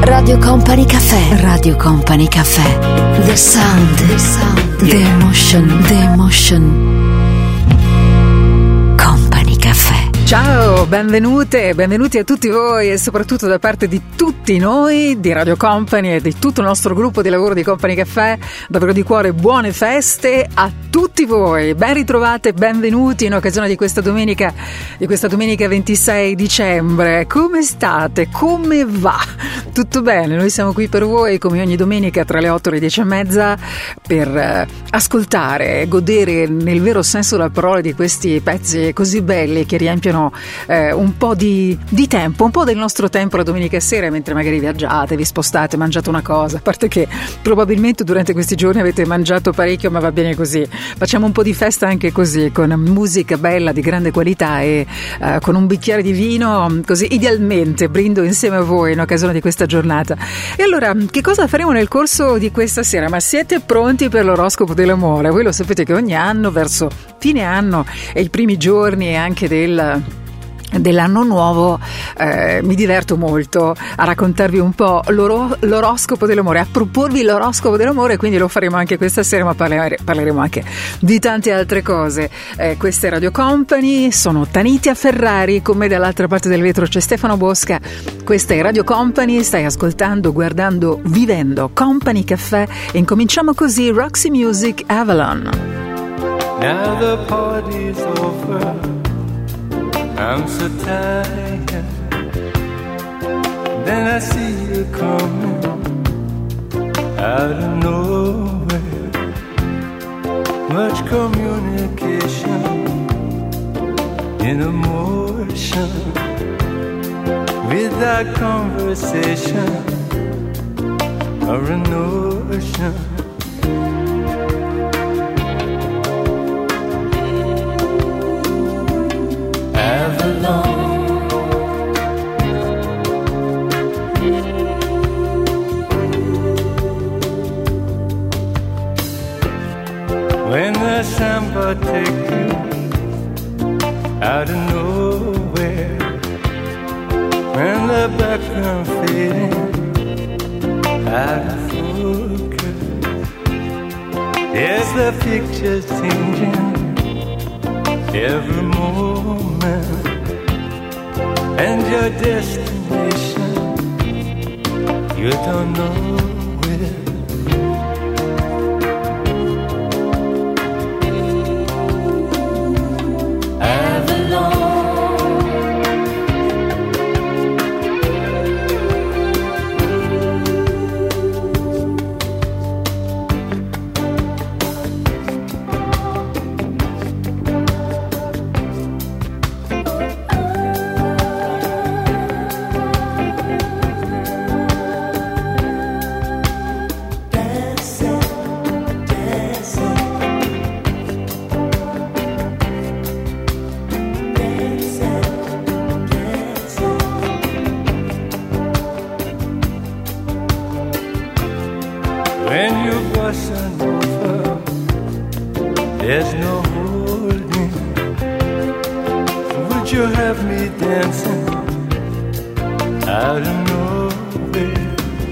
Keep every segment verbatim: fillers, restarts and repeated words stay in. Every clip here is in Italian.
Radio Company Cafè. Radio Company Cafè. The sound. The sound. The emotion. The emotion. Company Cafè. Ciao, benvenute e benvenuti a tutti voi e soprattutto da parte di tutti noi di Radio Company e di tutto il nostro gruppo di lavoro di Company Cafè. Davvero di cuore buone feste a tutti voi. Ben ritrovate, benvenuti in occasione di questa domenica, di questa domenica ventisei dicembre. Come state? Come va? Tutto bene? Noi siamo qui per voi come ogni domenica tra le otto e le dieci e mezza per eh, ascoltare e godere nel vero senso della parola di questi pezzi così belli che riempiono Eh, un po' di, di tempo, un po' del nostro tempo la domenica sera, mentre magari viaggiate, vi spostate, mangiate una cosa, a parte che probabilmente durante questi giorni avete mangiato parecchio, ma va bene così. Facciamo un po' di festa anche così, con musica bella di grande qualità e eh, con un bicchiere di vino, così idealmente brindo insieme a voi in occasione di questa giornata. E allora, che cosa faremo nel corso di questa sera? Ma siete pronti per l'oroscopo dell'amore? Voi lo sapete che ogni anno, verso fine anno e i primi giorni anche del dell'anno nuovo eh, mi diverto molto a raccontarvi un po' l'oro- l'oroscopo dell'amore, a proporvi l'oroscopo dell'amore, quindi lo faremo anche questa sera, ma parlere- parleremo anche di tante altre cose. Eh, questa è Radio Company, sono Tanitia Ferrari, con me dall'altra parte del vetro c'è Stefano Bosca. Questa è Radio Company, stai ascoltando, guardando, vivendo Company Cafè e incominciamo così Roxy Music Avalon. Now the party's over, I'm so tired. Then I see you coming out of nowhere. Much communication in emotion, without conversation or a notion. When the samba take you out of nowhere, when the background fading out of focus, there's the pictures changing every moment, and your destination you don't know where. When you bustin' over, there's no holding. Would you have me dancing out of nowhere?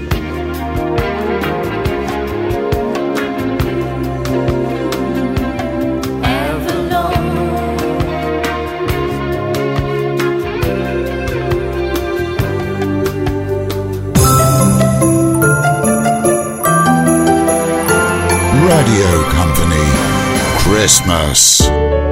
Radio Company Christmas.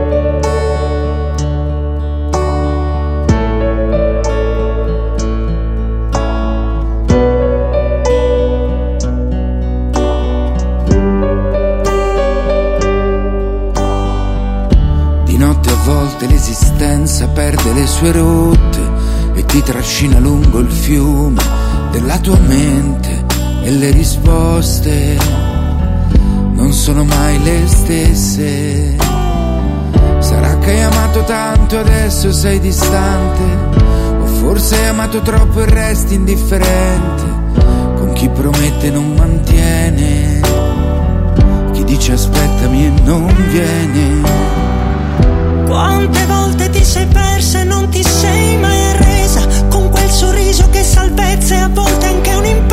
Di notte a volte l'esistenza perde le sue rotte e ti trascina lungo il fiume della tua mente e le risposte non sono mai le stesse. Sarà che hai amato tanto e adesso sei distante, o forse hai amato troppo e resti indifferente. Con chi promette non mantiene, chi dice aspettami e non viene. Quante volte ti sei persa e non ti sei mai arresa, con quel sorriso che salvezza e a volte anche un impegno.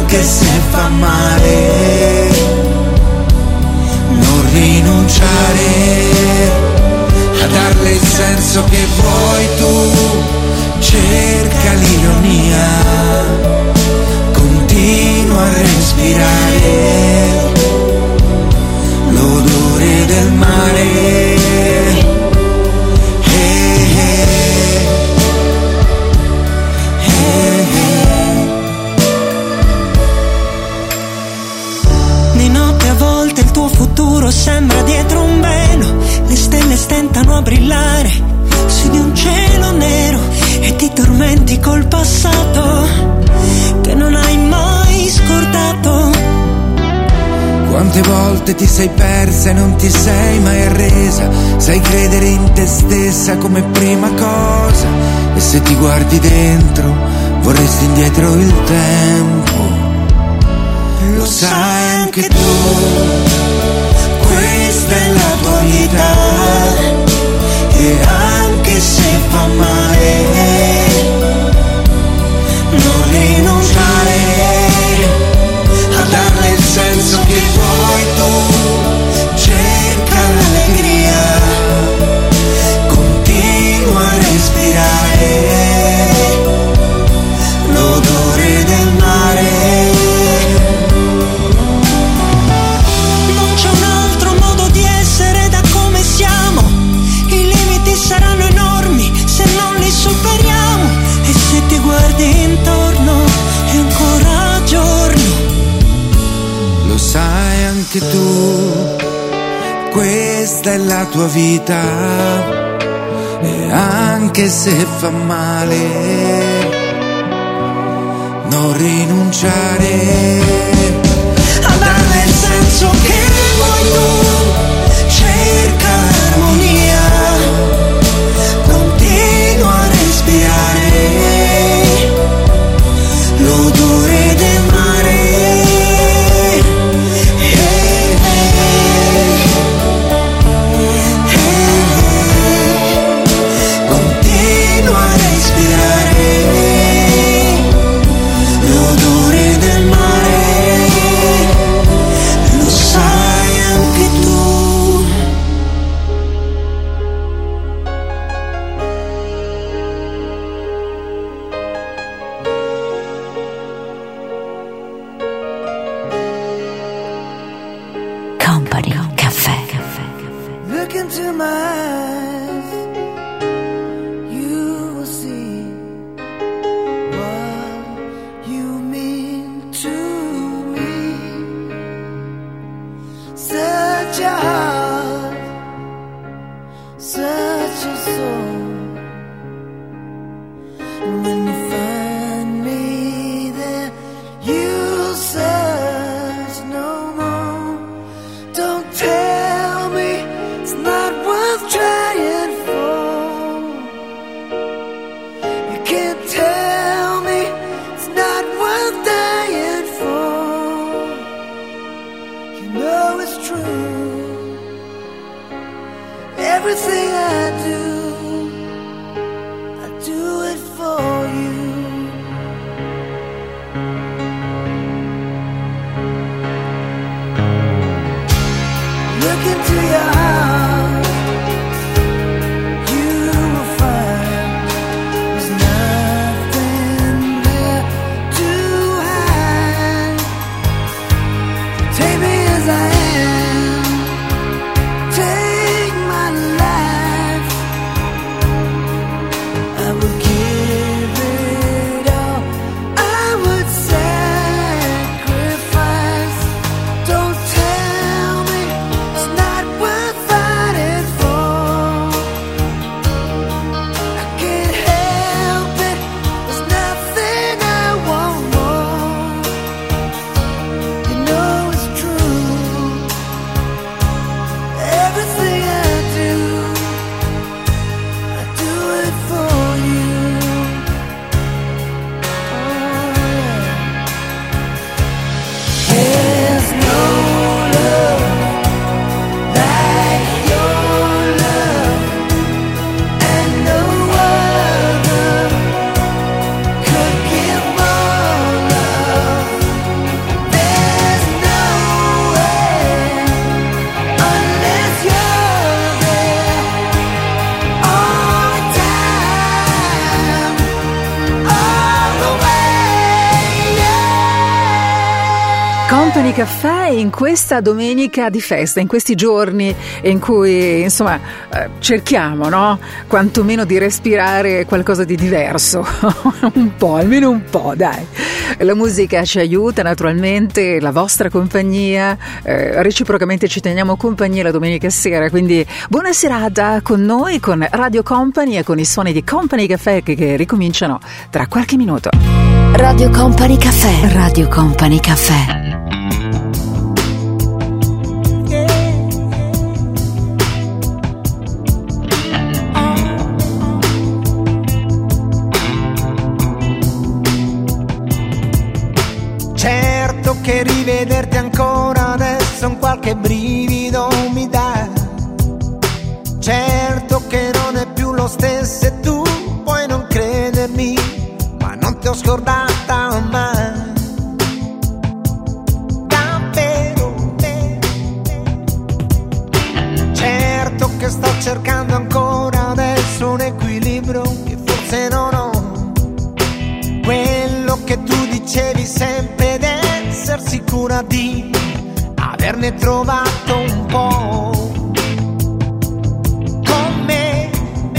anche se fa male, non rinunciare a darle il senso che vuoi tu, cerca l'ironia, continua a respirare l'odore del mare. Il tuo futuro sembra dietro un velo, le stelle stentano a brillare su di un cielo nero e ti tormenti col passato che non hai mai scordato. Quante volte ti sei persa e non ti sei mai arresa, sai credere in te stessa come prima cosa, e se ti guardi dentro vorresti indietro il tempo. Lo sai anche tu, questa è la tua vita, e anche se fa male, non rinunciare a darle il senso che vuoi tu, cerca l'allegria, continua a respirare l'odore del mare. Saranno enormi se non li superiamo, e se ti guardi intorno è ancora giorno. Lo sai anche tu, questa è la tua vita, e anche se fa male, non rinunciare a darle il senso che vuoi tu, cerca l'armonia, l'odore del mare. Hey, hey, hey. Continua a respirare l'odore del mare, lo sai anche tu. Look into my eyes, you will see what you mean to me. Such a heart, such a soul, and when you find me there, you'll search no more. Don't tell me it's not worth trying for. You can't tell me it's not worth dying for. You know it's true. Everything I do, I do it for you. Look into your heart, you will find there's nothing there to hide. Take me as I am, take my life. I would give it all, I would sacrifice. Don't tell me it's not worth Company Caffè in questa domenica di festa, in questi giorni in cui insomma eh, cerchiamo, no? Quantomeno di respirare qualcosa di diverso, un po', almeno un po', dai. La musica ci aiuta naturalmente, la vostra compagnia, eh, reciprocamente ci teniamo compagnia la domenica sera, quindi buona serata con noi, con Radio Company e con i suoni di Company Caffè che, che ricominciano tra qualche minuto. Radio Company Caffè, Radio Company Caffè. Che rivederti ancora adesso un qualche brivido mi dà. Certo che non è più lo stesso e tu puoi non credermi, ma non ti ho scordata mai. Davvero. Certo che sto cercando ancora adesso un equilibrio che forse non ho. Quello che tu dicevi sempre ed essere sicura di averne trovato un po' con me.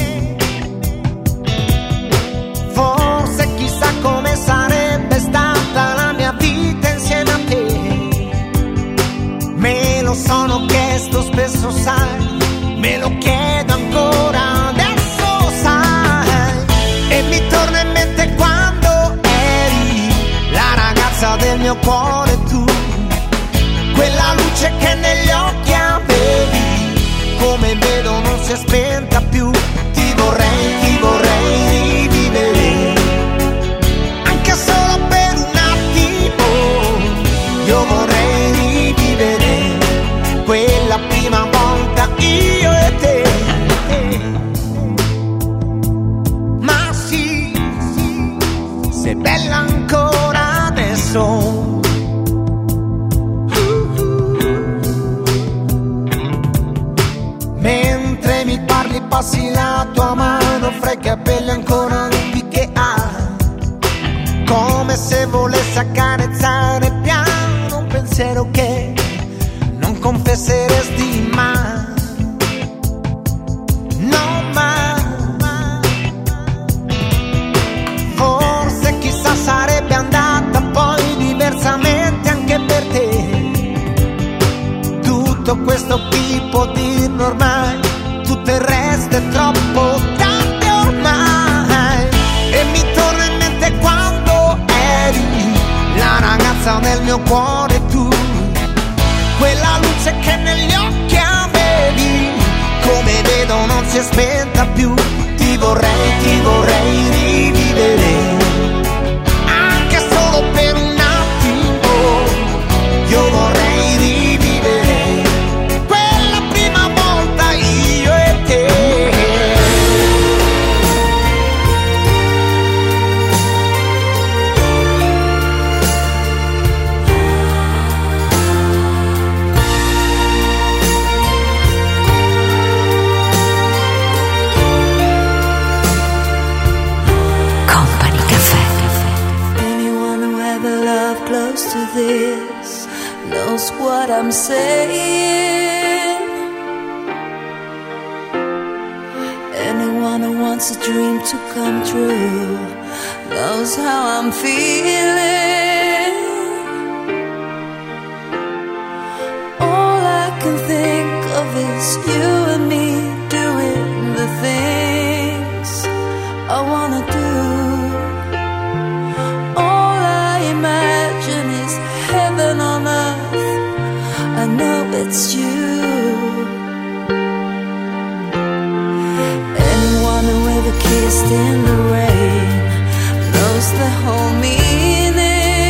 Forse chissà come sarebbe stata la mia vita insieme a te. Me lo sono chiesto spesso, sai, me lo chiedo ancora adesso, sai. E mi torna in mente quando eri la ragazza del mio cuore, tu, quella luce che negli occhi avevi, come vedo non si è spenta più. Ti vorrei, ti vorrei rivivere, anche solo per un attimo. Io vorrei rivivere quella prima volta, io e te. Ma sì, sì, sei bella ancora adesso. Mentre mi parli passi la tua mano fra i capelli ancora lunghi che ha, come se volessi accarezzare piano un pensiero che non confesseresti mai. No, mai. Forse chissà sarebbe andata poi diversamente anche per te. Tutto questo tipo di ormai, tutto il resto è troppo tardi ormai. E mi torna in mente quando eri la ragazza del mio cuore, tu, quella luce che negli occhi avevi, come vedo non si è spenta più. Ti vorrei, ti vorrei rivivere, anche solo per un attimo. Io vorrei rivivere quella prima volta, io e te. Company Caffè. Anyone who ever loved close to this knows what I'm saying. Anyone who wants a dream to come true knows how I'm feeling. All I can think of is you and me doing the things I wanna do. All I imagine is heaven on earth. I know it's you. Anyone who ever kissed in the rain knows the whole meaning.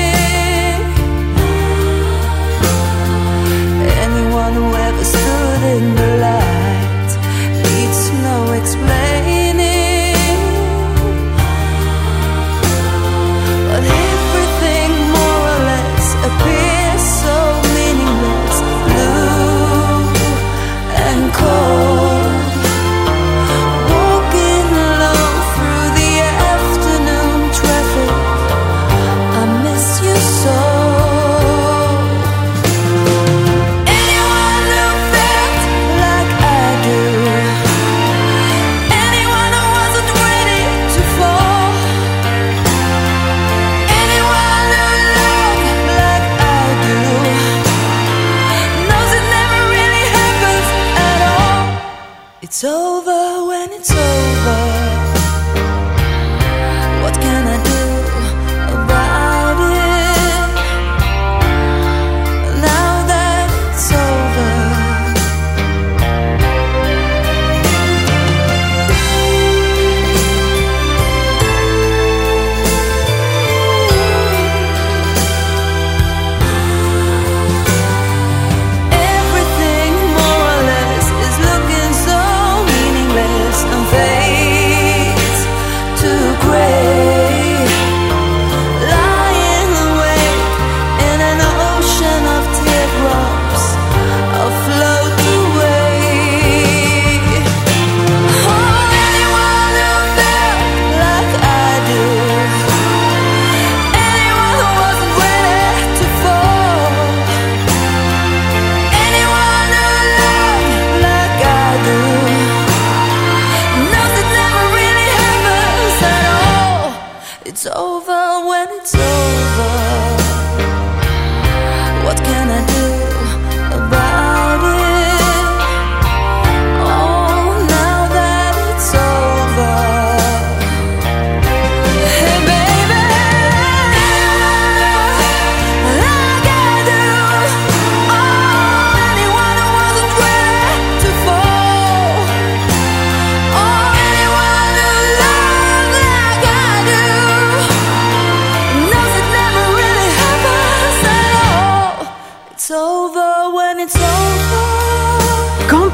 Anyone who ever stood in the light needs no explaining. But everything more or less appears so meaningless, blue and cold. Walking alone through the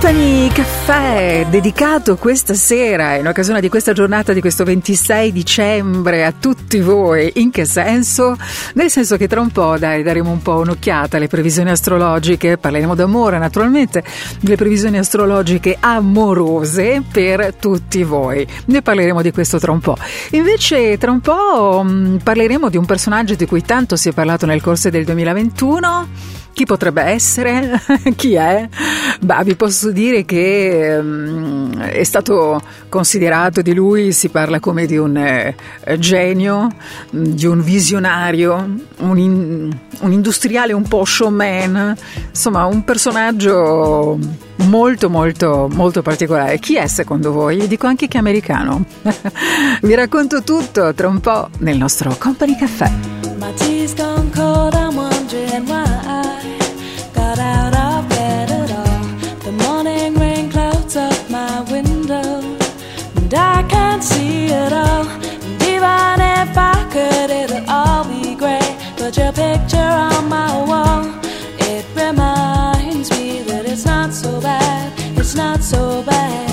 Company Caffè, dedicato questa sera in occasione di questa giornata di questo ventisei dicembre a tutti voi. In che senso? Nel senso che tra un po', dai, daremo un po' un'occhiata alle previsioni astrologiche, parleremo d'amore naturalmente, delle previsioni astrologiche amorose per tutti voi. Ne parleremo di questo tra un po'. Invece tra un po' mh, parleremo di un personaggio di cui tanto si è parlato nel corso del duemilaventuno. Chi potrebbe essere? Chi è? Bah, vi posso dire che um, è stato considerato, di lui si parla come di un eh, genio, di un visionario, un, in, un industriale un po' showman, insomma un personaggio molto molto molto particolare. Chi è secondo voi? Io dico anche che è americano. Vi racconto tutto tra un po' nel nostro Company Caffè. My tea's gone cold, I'm wondering why I got out of bed at all. The morning rain clouds up my window, and I can't see it all. And even if I could, it'll all be grey. But your picture on my wall, it reminds me that it's not so bad, it's not so bad.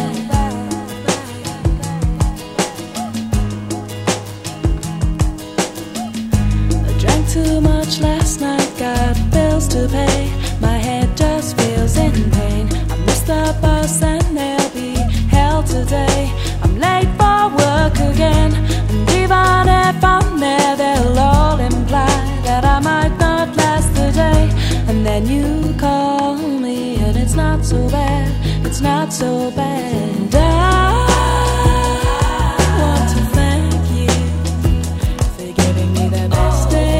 Too much last night, got bills to pay. My head just feels in pain. I missed the bus and they'll be hell today. I'm late for work again, and even if I'm there, they'll all imply that I might not last the day. And then you call me, and it's not so bad, it's not so bad. I want to thank you for giving me the best day.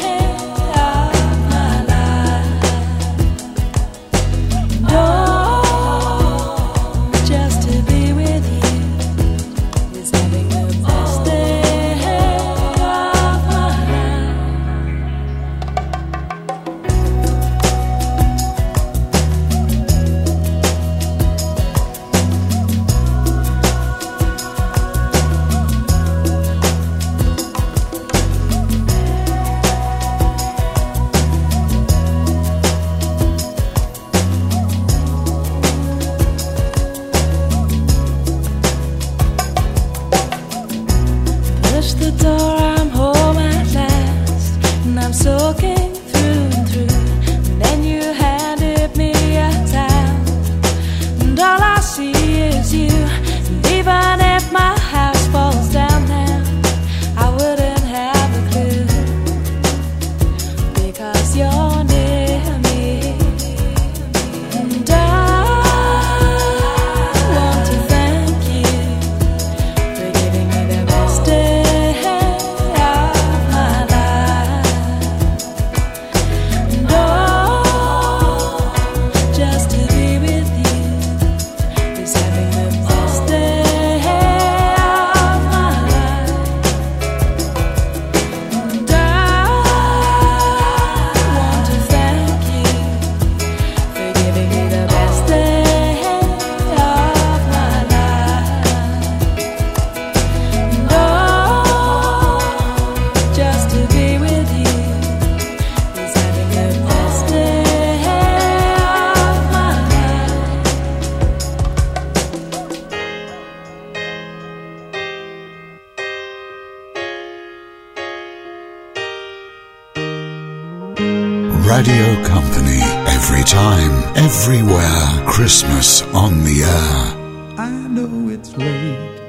Radio Company, every time, everywhere, Christmas on the air. I know it's late,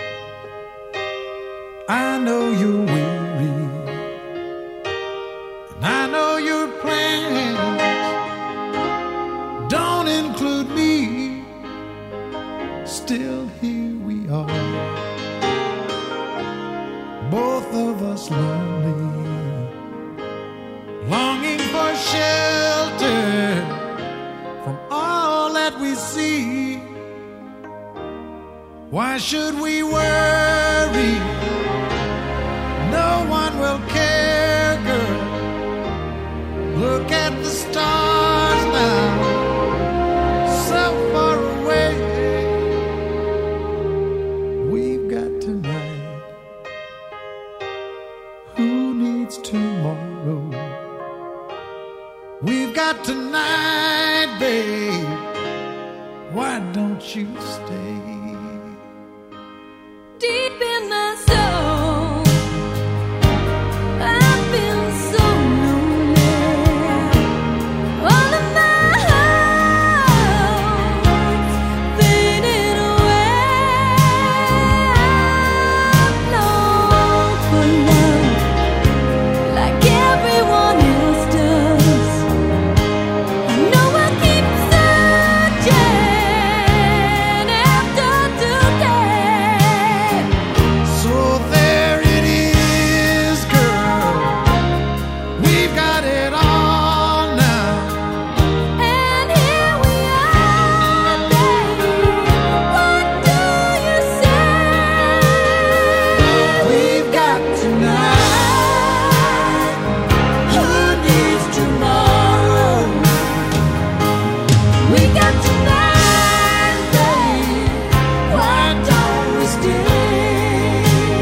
I know you're weary, and I know your plans don't include me. Still here we are, both of us lonely, longing for shelter from all that we see. Why should we worry? No one will care, girl. Look at the stars now, so far away. We've got tonight. Who needs tomorrow? We've got tonight, babe. why don't you stay? Deep in my soul, I've been so lonely. All of my hopes faded away. I long for love like everyone else does. I know I keep searching after today. So there it is, girl. We've got it all now. And here we are, baby. What do you say? We've got tonight. Who needs tomorrow? We got tonight, baby. Why don't we stay?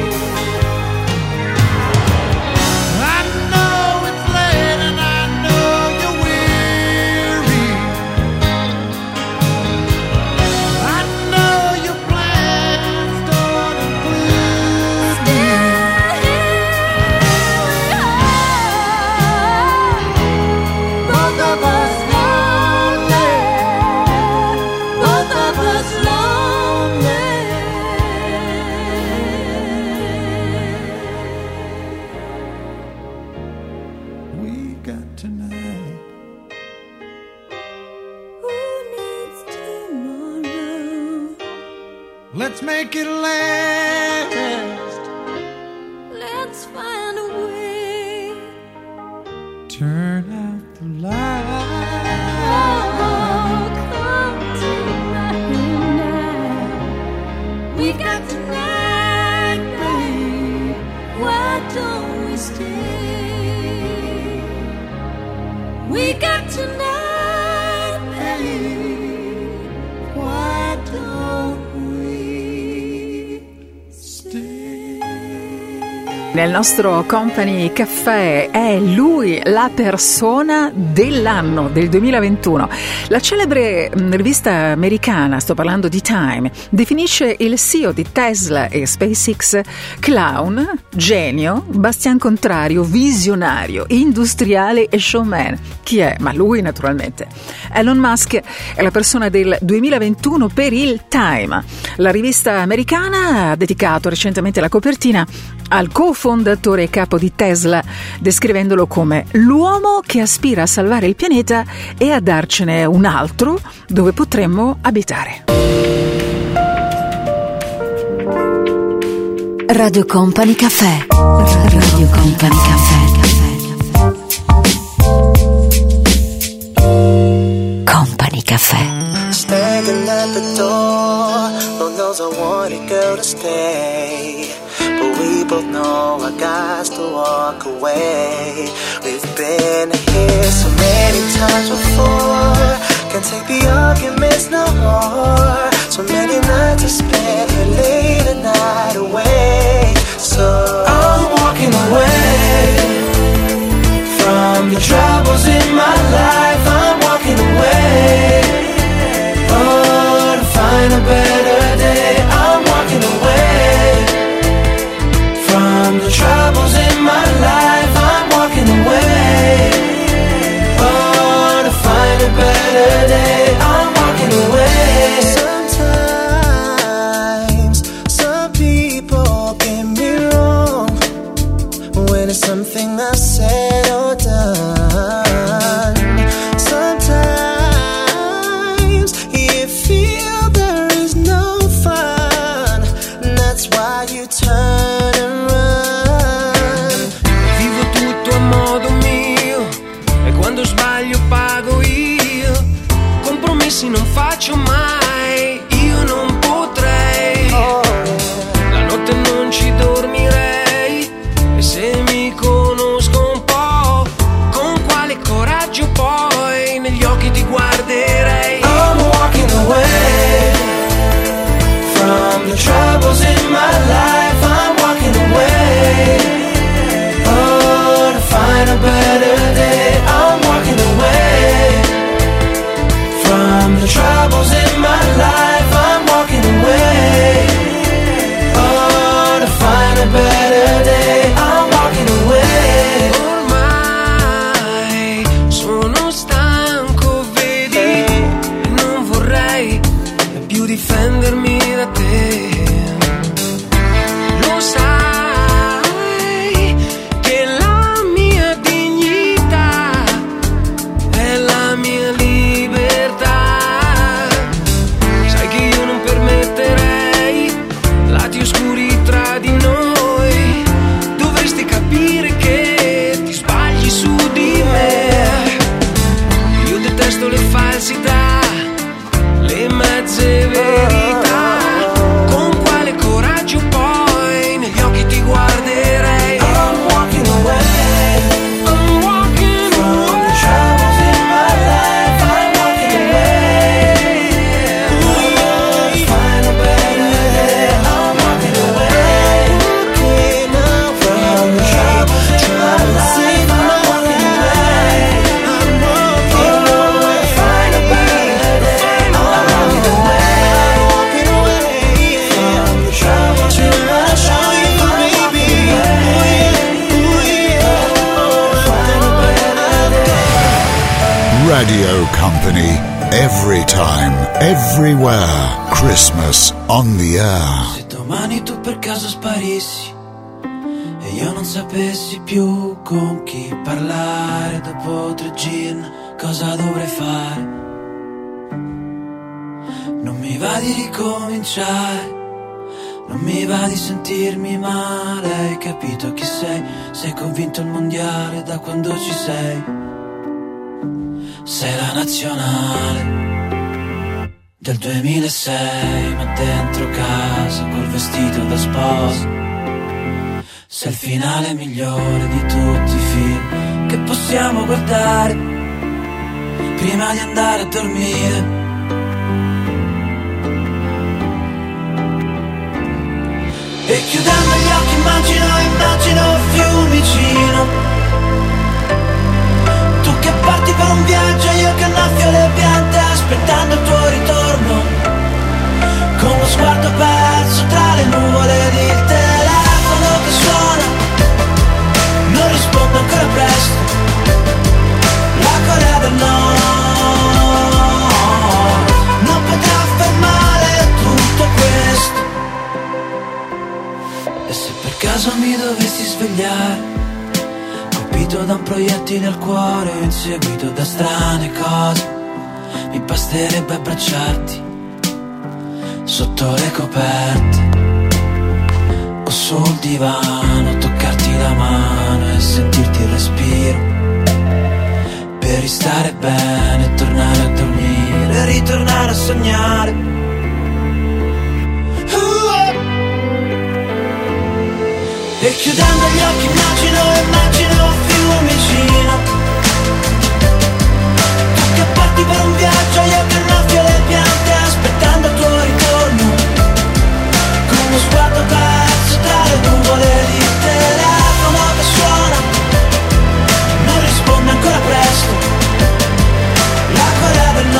I know it's late and I know you're weary. I know your plans don't include me. Both of us lonely. Both of us lonely. We've got tonight. Who needs tomorrow? Let's make it last. Let's find a way. Turn out the light. Oh, come tonight now. We got tonight, babe. Why don't we stay? We got tonight, babe. Why don't we stay? Nel nostro Company Caffè è lui la persona dell'anno, del duemilaventuno. La celebre mh, rivista americana, sto parlando di Time, definisce il C E O di Tesla e SpaceX clown, genio, bastian contrario, visionario, industriale e showman. Chi è? Ma lui naturalmente. Elon Musk è la persona del duemilaventuno per il Time. La rivista americana ha dedicato recentemente la copertina al cofondatore e capo di Tesla, descrivendolo come l'uomo che aspira a salvare il pianeta e a darcene un altro dove potremmo abitare. Radio Company Caffè. Radio Company Caffè. Company Caffè. Standing at the door, Lord knows I wanted girl to stay, but we both know I got to walk away. We've been here so many times before, can't take the arguments no more. So many nights I spent here late at night away. So I'm walking away from the troubles in my life. I'm walking away, oh, to find a better day. I'm walking away from the troubles in my life. I'm walking away, oh, to find a better day. I'm walking away. Sometimes some people get me wrong when it's something I've said or done. Sometimes you feel there is no fun, and that's why you turn and run. Vivo tutto a modo mio e quando sbaglio pago io. Compromessi non faccio mai, io non potrei. La notte non ci dormirei e se mi conosco un po', con quale coraggio poi negli occhi ti guarderei. I'm walking away from the troubles in my life. I'm walking away, oh, to find a better day. I'm walking away from the troubles in my Radio Company, every time, everywhere, Christmas on the air. Se domani tu per caso sparissi e io non sapessi più con chi parlare dopo tre gin, cosa dovrei fare? Non mi va di ricominciare, non mi va di sentirmi male. Hai capito chi sei? Sei convinto al mondiale da quando ci sei. Sei la nazionale del duemilasei, ma dentro casa col vestito da sposa. Sei il finale migliore di tutti i film che possiamo guardare prima di andare a dormire. E chiudendo gli occhi immagino, immagino Fiumicino. Tu che parti per un viaggio, io che annaffio le piante aspettando il tuo ritorno. Con lo sguardo perso tra le nuvole ed il telefono che suona. Non rispondo ancora presto. La Corea del Nord non potrà fermare tutto questo. E se per caso mi dovessi svegliare colpito da un proiettile al cuore, inseguito da strane cose, mi basterebbe abbracciarti sotto le coperte o sul divano, toccarti la mano e sentirti il respiro per ristare bene, tornare a dormire, ritornare a sognare. E chiudendo gli occhi immagino, immagino Fiumicino. Tu che parti per un viaggio, io che annaffio le piante aspettando il tuo ritorno. Con lo sguardo perso tra le nuvole ed il telefono che suona. Non risponde ancora presto. La Corea del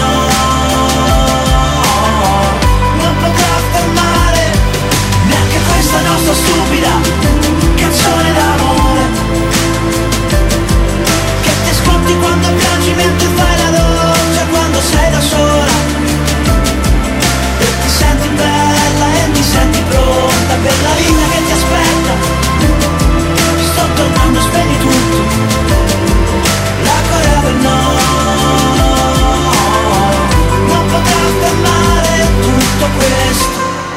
Nord non potrà fermare neanche questa nostra stupida canzone d'amore che ti ascolti quando piangi mentre fai la doccia, quando sei da sola e ti senti bella e ti senti pronta per la vita che ti aspetta. Sto tornando, spegni tutto. La Corea del Nord non potrà fermare tutto questo.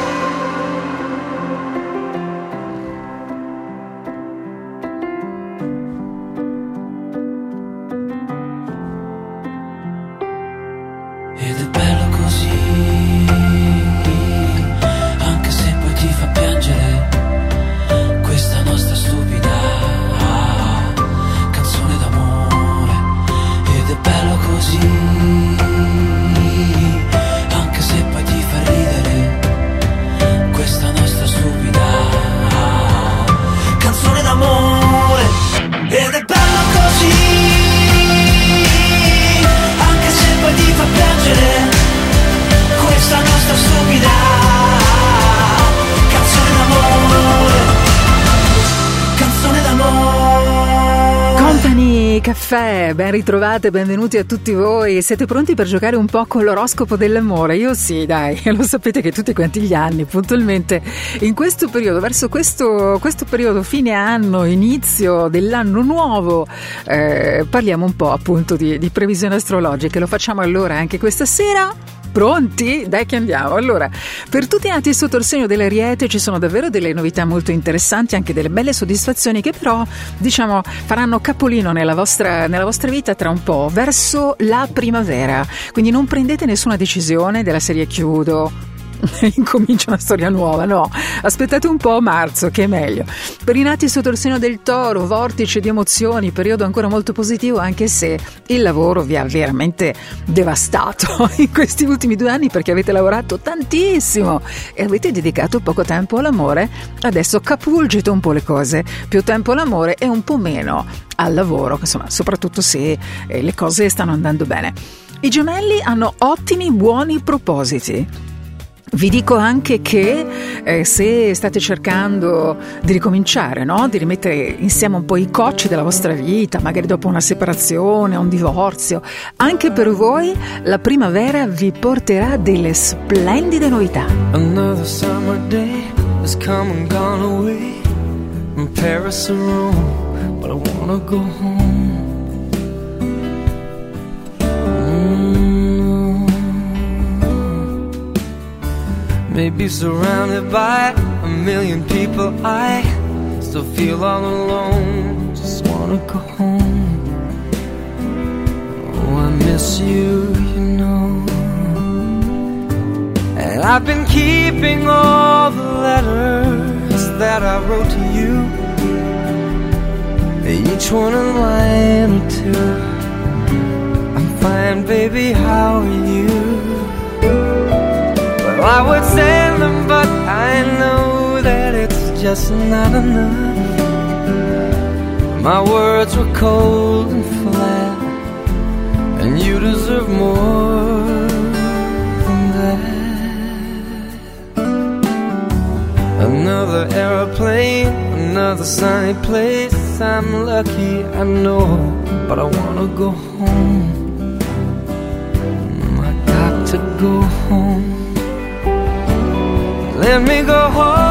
Caffè, ben ritrovate, benvenuti a tutti voi. Siete pronti per giocare un po' con l'oroscopo dell'amore? Io sì, dai, lo sapete che tutti quanti gli anni, puntualmente in questo periodo, verso questo, questo periodo fine anno, inizio dell'anno nuovo, eh, parliamo un po' appunto di, di previsioni astrologiche. Lo facciamo allora anche questa sera. Pronti? Dai che andiamo. Allora, per tutti i nati sotto il segno dell'Ariete ci sono davvero delle novità molto interessanti, anche delle belle soddisfazioni che però, diciamo, faranno capolino nella vostra, nella vostra vita tra un po', verso la primavera. Quindi non prendete nessuna decisione della serie chiudo, incomincia una storia nuova, no, aspettate un po' marzo che è meglio. Per i nati sotto il segno del Toro, vortice di emozioni, periodo ancora molto positivo, anche se il lavoro vi ha veramente devastato in questi ultimi due anni perché avete lavorato tantissimo e avete dedicato poco tempo all'amore. Adesso capulgite un po' le cose, più tempo all'amore e un po' meno al lavoro, insomma, soprattutto se eh, le cose stanno andando bene. I Gemelli hanno ottimi buoni propositi. Vi dico anche che eh, se state cercando di ricominciare, no? Di rimettere insieme un po' i cocci della vostra vita, magari dopo una separazione, un divorzio, anche per voi la primavera vi porterà delle splendide novità. Another summer day has come and gone away from Paris or Rome, but I wanna go home. Maybe surrounded by a million people, I still feel all alone. Just wanna go home. Oh, I miss you, you know. And I've been keeping all the letters that I wrote to you, each one a line or two. I'm fine, baby, how are you? I would send them, but I know that it's just not enough. My words were cold and flat, and you deserve more than that. Another aeroplane, another sunny place. I'm lucky, I know, but I wanna go home. I got to go home. Let me go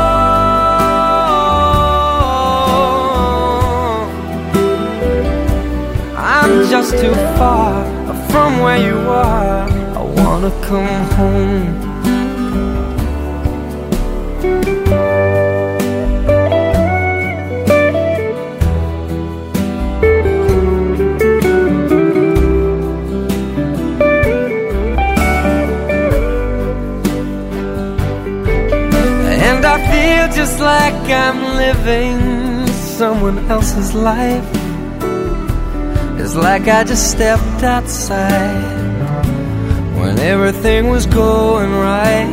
home. I'm just too far from where you are. I wanna come home. Just like I'm living someone else's life. It's like I just stepped outside when everything was going right.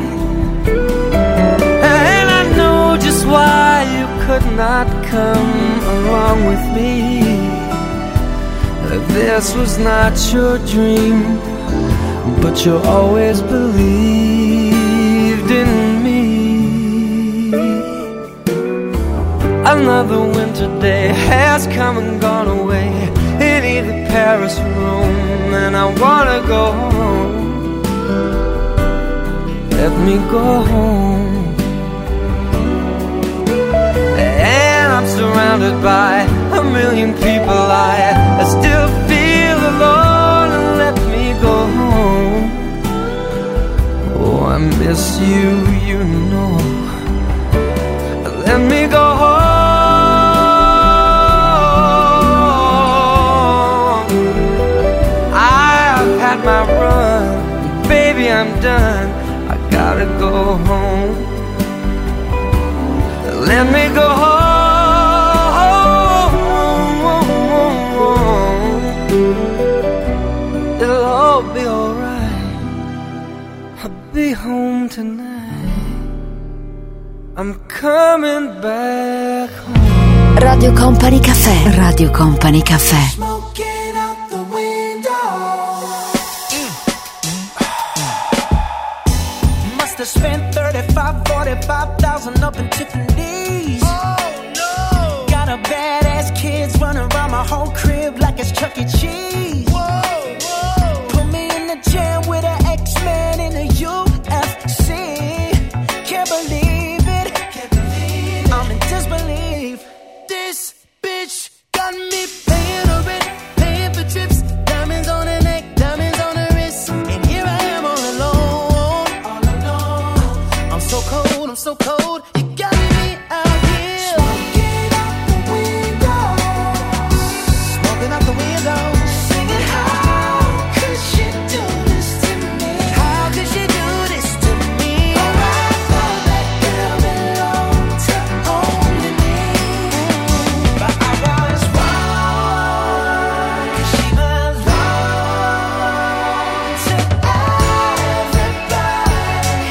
And I know just why you could not come along with me. That this was not your dream, but you always believed in me. Another winter day has come and gone away in either Paris or Rome, and I wanna go home. Let me go home. And I'm surrounded by a million people. I, I still feel alone, and let me go home. Oh, I miss you, you know. Let me go home. My run, baby, I'm done. I gotta go home. Let me go home. It'll all be alright. I'll be home tonight. I'm coming back home. Radio Company Cafè. Radio Company Cafè. Spent thirty-five, forty-five thousand up in Tiffany's. Oh no! Got a badass kids running around my whole crib like it's Chuck E. Cheese. Whoa, whoa! Put me in the jam with an X-Men in the U F C. Can't believe it. Can't believe it. I'm in disbelief. This bitch got me paying her rent, paying for trips, diamonds on her neck, diamonds on her wrist, and here I am all alone. I'm so cold, I'm so cold, you got me out here. Smoking out the window. Smoking out the window. Singing, how could she do this to me? How could she do this to me? Oh, I thought that girl belonged to only me. But I was wrong, 'cause she was wrong to everybody.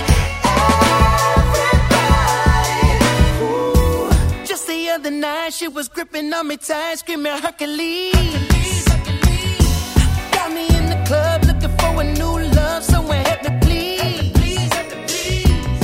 The night she was gripping on me tight, screaming Hercules. Got me in the club looking for a new love, someone help me please.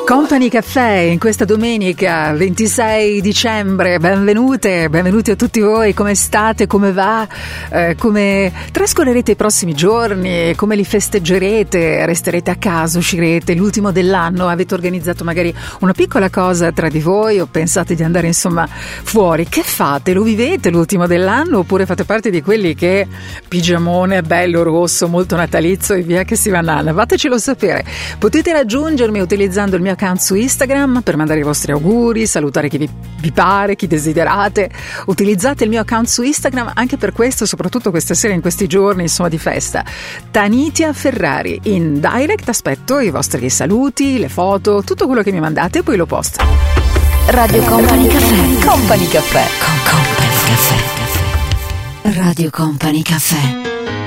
Company Caffè in questa domenica ventisei dicembre, benvenute, benvenuti a tutti voi, come state, come va, eh, come trascorrerete i prossimi giorni, come li festeggerete, resterete a casa, uscirete l'ultimo dell'anno, avete organizzato magari una piccola cosa tra di voi o pensate di andare insomma fuori, che fate, lo vivete l'ultimo dell'anno oppure fate parte di quelli che pigiamone bello rosso, molto natalizio e via che si va nana, fatecelo sapere, potete raggiungermi utilizzando il mio account su Instagram per mandare i vostri auguri, salutare chi vi, vi pare, chi desiderate. Utilizzate il mio account su Instagram anche per questo, soprattutto questa sera in questi giorni insomma di festa. Tanitia Ferrari, in direct aspetto i vostri saluti, le foto, tutto quello che mi mandate e poi lo posto. Radio Company Caffè. Company Caffè. Con Company Caffè. Radio Company Caffè.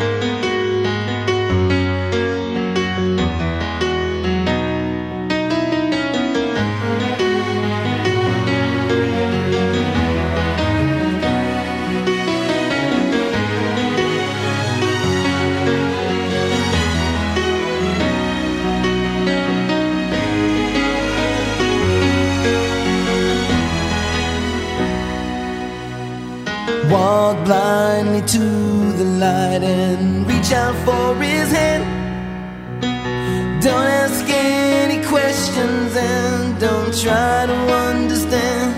Walk blindly to the light and reach out for his hand. Don't ask any questions and don't try to understand.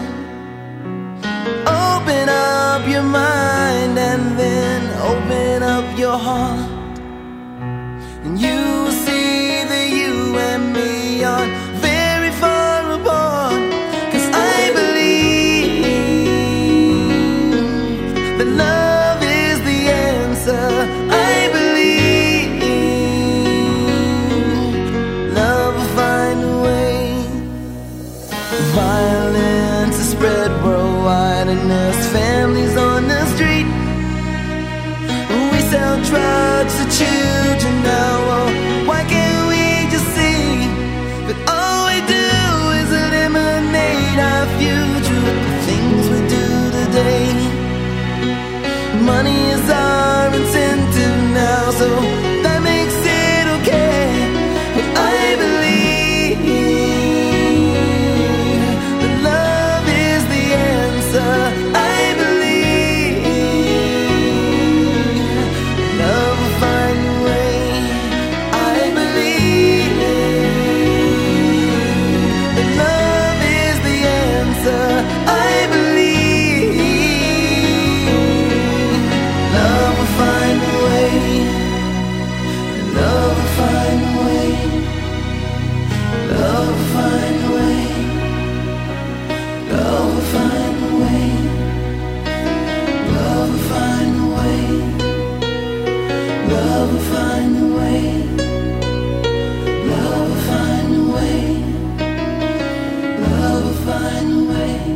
Open up your mind and then open up your heart, and you will see that you and me are very far apart. 'Cause I believe that love is the answer. I believe love will find a way. Violence is spread worldwide and there's families on the street. We sell drugs to children now. Oh, why can't we just see that all we do is eliminate our future with the things we do today? Money is our incentive now, so that makes it okay. But I believe that love is the answer. I believe love will find a way. I believe that love is the answer. I believe love will find a way. Love will find a way. Love will find a way. Love will find a way. Love will find a way. Love will find a way. Love will find a way. Love will find a way.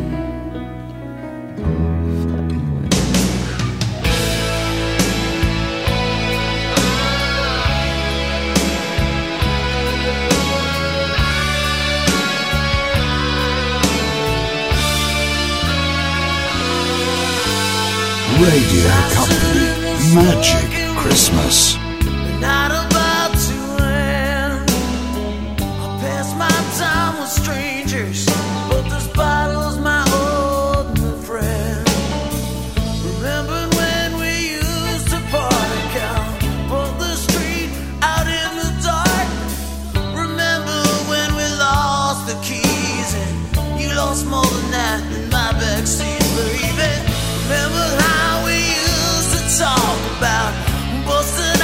Radio Company, Magic Christmas. Not about to end. I pass my time with strangers, but this bottle's my old friend. Remember when we used to park out on the street out in the dark? Remember when we lost the keys and you lost more than that in my backseat, baby? Remember how we used to talk about busting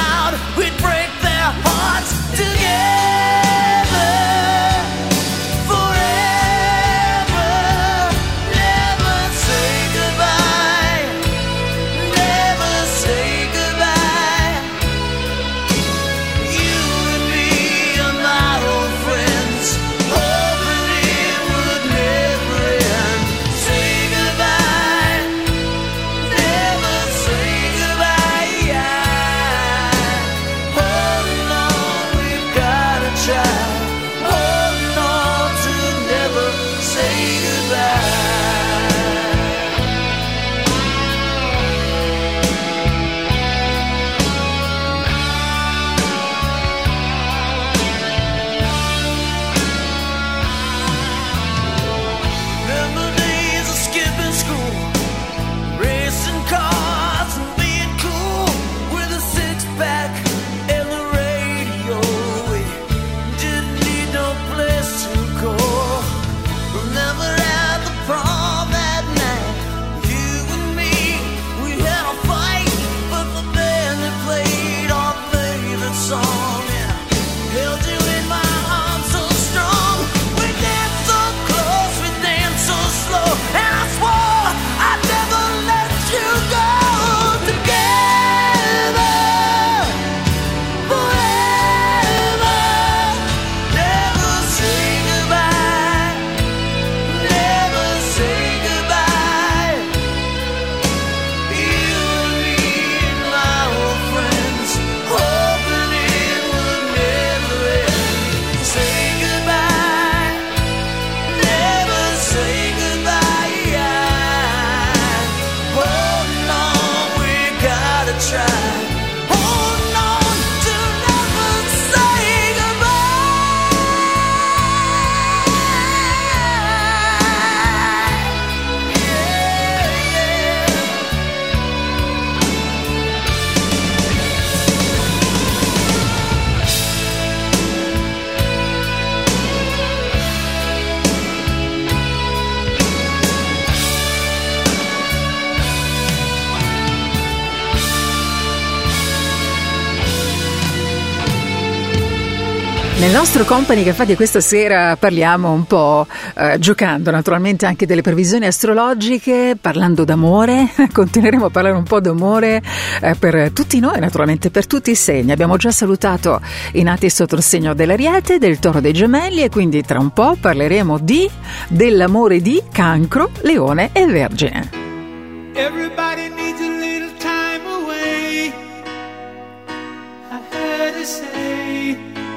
Nel nostro Company Cafè di questa sera parliamo un po', eh, giocando naturalmente anche delle previsioni astrologiche, parlando d'amore, continueremo a parlare un po' d'amore eh, per tutti noi, naturalmente per tutti i segni. Abbiamo già salutato i nati sotto il segno dell'Ariete, del Toro, dei Gemelli, e quindi tra un po' parleremo di dell'amore di Cancro, Leone e Vergine. Everybody needs a little time away, I heard her say,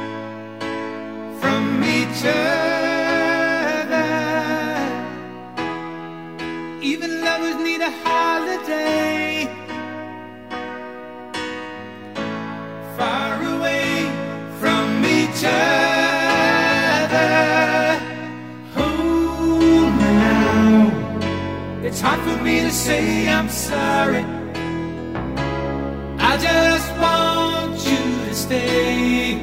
from each other. Even lovers need a holiday, far away from each other. Oh, now it's hard for me to say I'm sorry. I just want you to stay.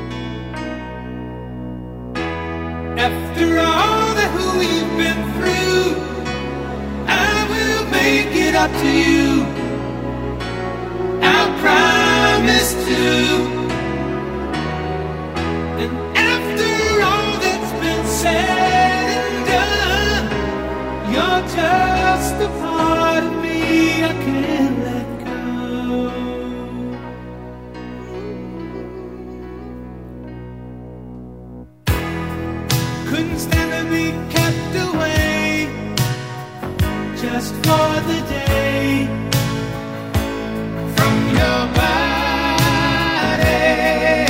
After all that we've been through, I will make it up to you. I promise to. And after all that's been said and done, you're just a part of me I can't let go. Couldn't stand to be kept away just for the day from your body.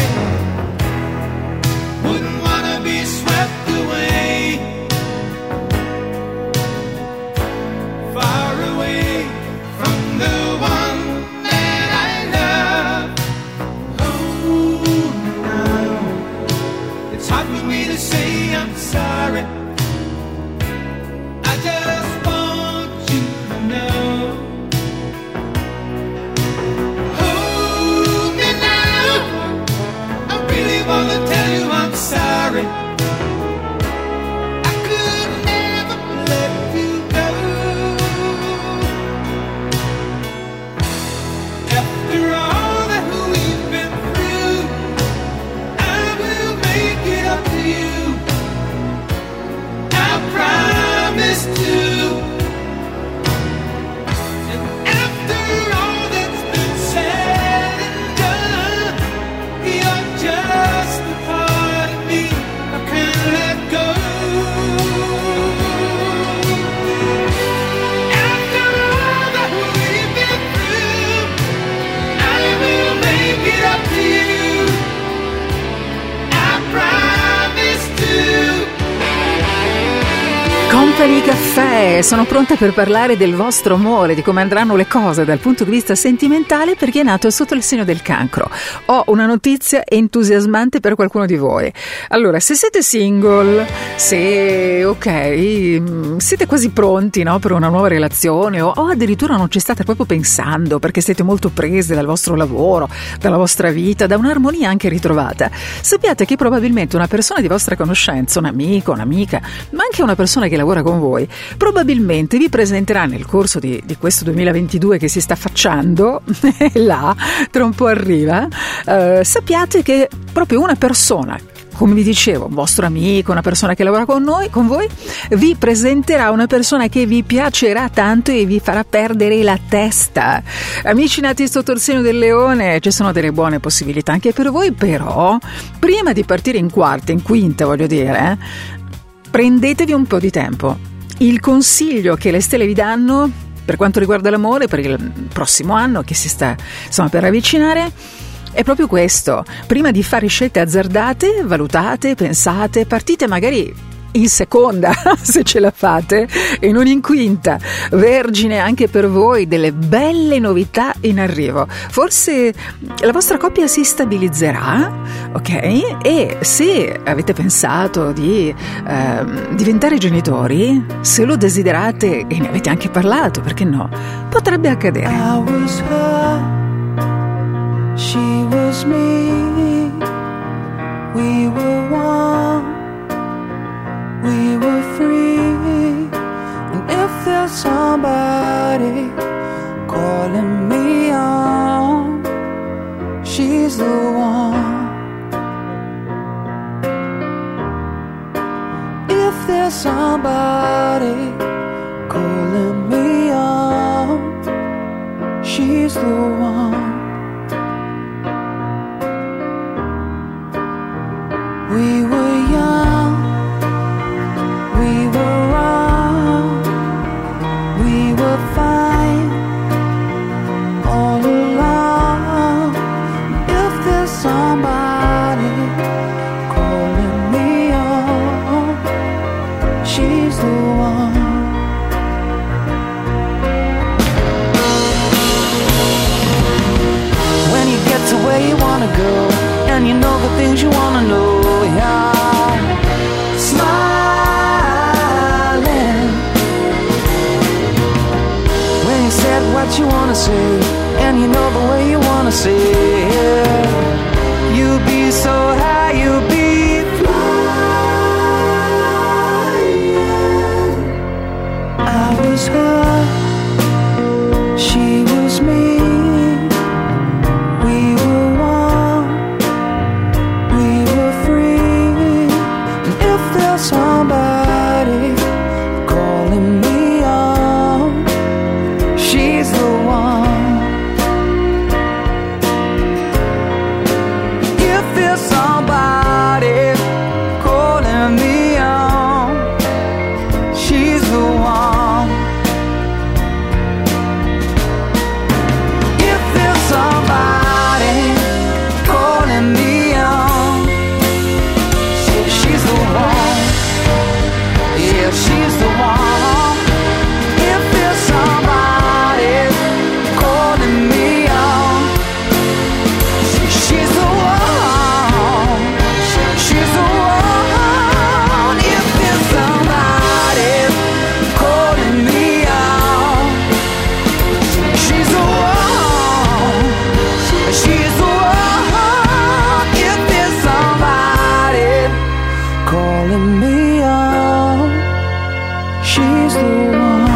Wouldn't wanna be swept away, far away from the one that I love. Oh, now it's hard for me to say I'm sorry. I just want you to know. Hold me now, I really wanna tell you I'm sorry. I could never let you go. After all that we've been through, I will make it up to you. I promise to. And after all that's been said and done, you're just a part of me I can't let go. After all that we've been through, I will make it up to you. I promise to. Company Cafè, sono pronta per parlare del vostro amore, di come andranno le cose dal punto di vista sentimentale per chi è nato sotto il segno del Cancro. Ho una notizia entusiasmante per qualcuno di voi. Allora, se siete single, se ok, siete quasi pronti, no, per una nuova relazione, o, o addirittura non ci state proprio pensando perché siete molto prese dal vostro lavoro, dalla vostra vita, da un'armonia anche ritrovata, sappiate che probabilmente una persona di vostra conoscenza, un amico, un'amica, ma anche una persona che lavora con voi, probabilmente vi presenterà nel corso di, di questo duemilaventidue che si sta facendo, là, tra un po' arriva, eh, sappiate che proprio una persona, come vi dicevo, un vostro amico, una persona che lavora con noi, con voi, vi presenterà una persona che vi piacerà tanto e vi farà perdere la testa. Amici nati sotto il segno del Leone, ci sono delle buone possibilità anche per voi, però prima di partire in quarta, in quinta, voglio dire, eh, prendetevi un po' di tempo. Il consiglio che le stelle vi danno per quanto riguarda l'amore per il prossimo anno che si sta insomma per avvicinare è proprio questo: prima di fare scelte azzardate, valutate, pensate, partite magari in seconda se ce la fate e non in quinta. Vergine, anche per voi delle belle novità in arrivo. Forse la vostra coppia si stabilizzerà, ok? E se avete pensato di eh, diventare genitori, se lo desiderate e ne avete anche parlato, perché no, potrebbe accadere. I was her, she was me, we were one, we were free. And if there's somebody calling me on, she's the one. there's somebody calling me on, she's the one. We were young, we were wrong, we were fine all along. If there's somebody calling me on, she's the one. When you get to where you wanna go, and you know the things you wanna know, yeah. Smiling when you said what you wanna say, and you know the way you wanna say it. You'll be so high, you'll be flying. I was her, she was me. We were one, we were free. And if there's somebody calling me on, she's the one. If there's somebody calling me on, she's the one. If there's somebody calling me on, she's the one. Yeah, she's the one. If there's somebody calling me on, she's the one. She's the one. If there's somebody calling me on, she's the one. She's the one. If there's somebody calling me on, she's the one.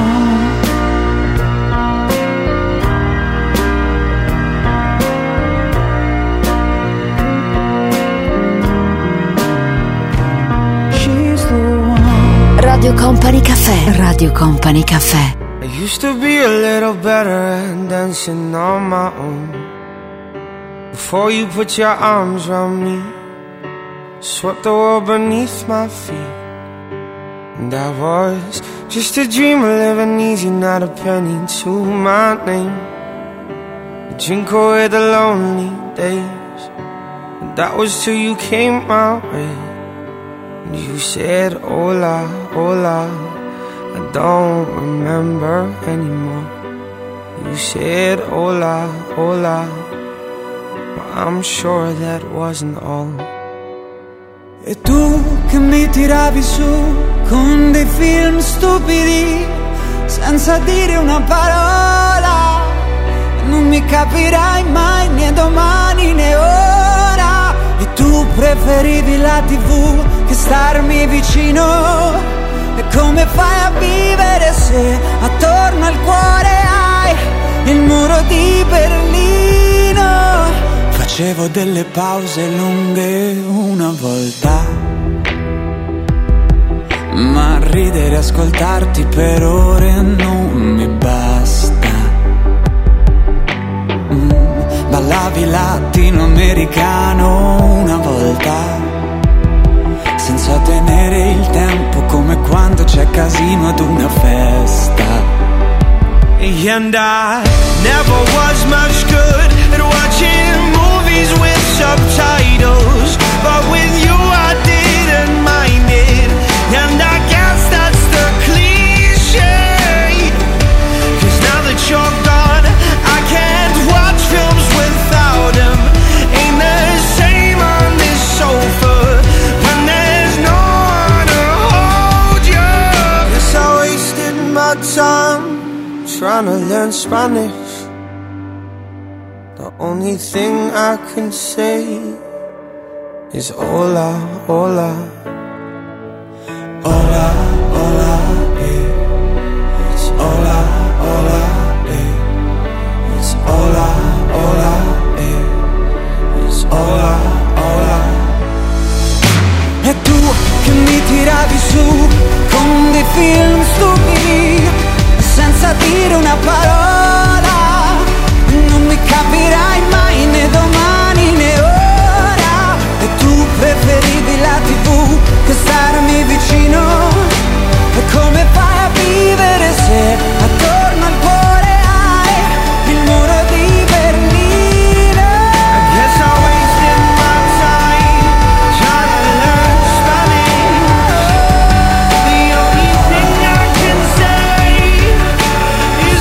She's the one. Radio Company Cafè. Radio Company Cafè. I used to be a little better at dancing on my own. Before you put your arms around me, swept the world beneath my feet. And I was just a dreamer living easy, not a penny to my name. I drink away the lonely days, and that was till you came my way. And you said, hola, hola, I don't remember anymore. You said, hola, hola, but I'm sure that wasn't all. E tu che mi tiravi su con dei film stupidi, senza dire una parola, non mi capirai mai né domani né ora. E tu preferivi la tivù che starmi vicino. E come fai a vivere se attorno al cuore hai il muro di Berlino? Facevo delle pause lunghe una volta, ma ridere e ascoltarti per ore non mi basta. Mm, ballavi latinoamericano una volta, senza tenere il tempo, come quando c'è casino ad una festa. And I never was much good at watching movies with subtitles, but with you I didn't mind it. And I guess that's the cliche, 'cause now that you're gone I can't watch films without him. Ain't the same on this sofa when there's no one to hold you. Guess I wasted my time trying to learn Spanish. The only thing I can say is hola, hola. Hola, hola, eh. It's hola, hola, eh. It's hola, hola, eh. It's hola, hola. E tu che mi tiravi su film stupidi, senza dire una parola. Non mi capirai mai né domani né ora. E tu preferivi la tivù che starmi vicino. E come fai a vivere se attorno al cuore hai il muro di Berlino? I guess I wasted my time trying to learn Spanish. The only thing I can say is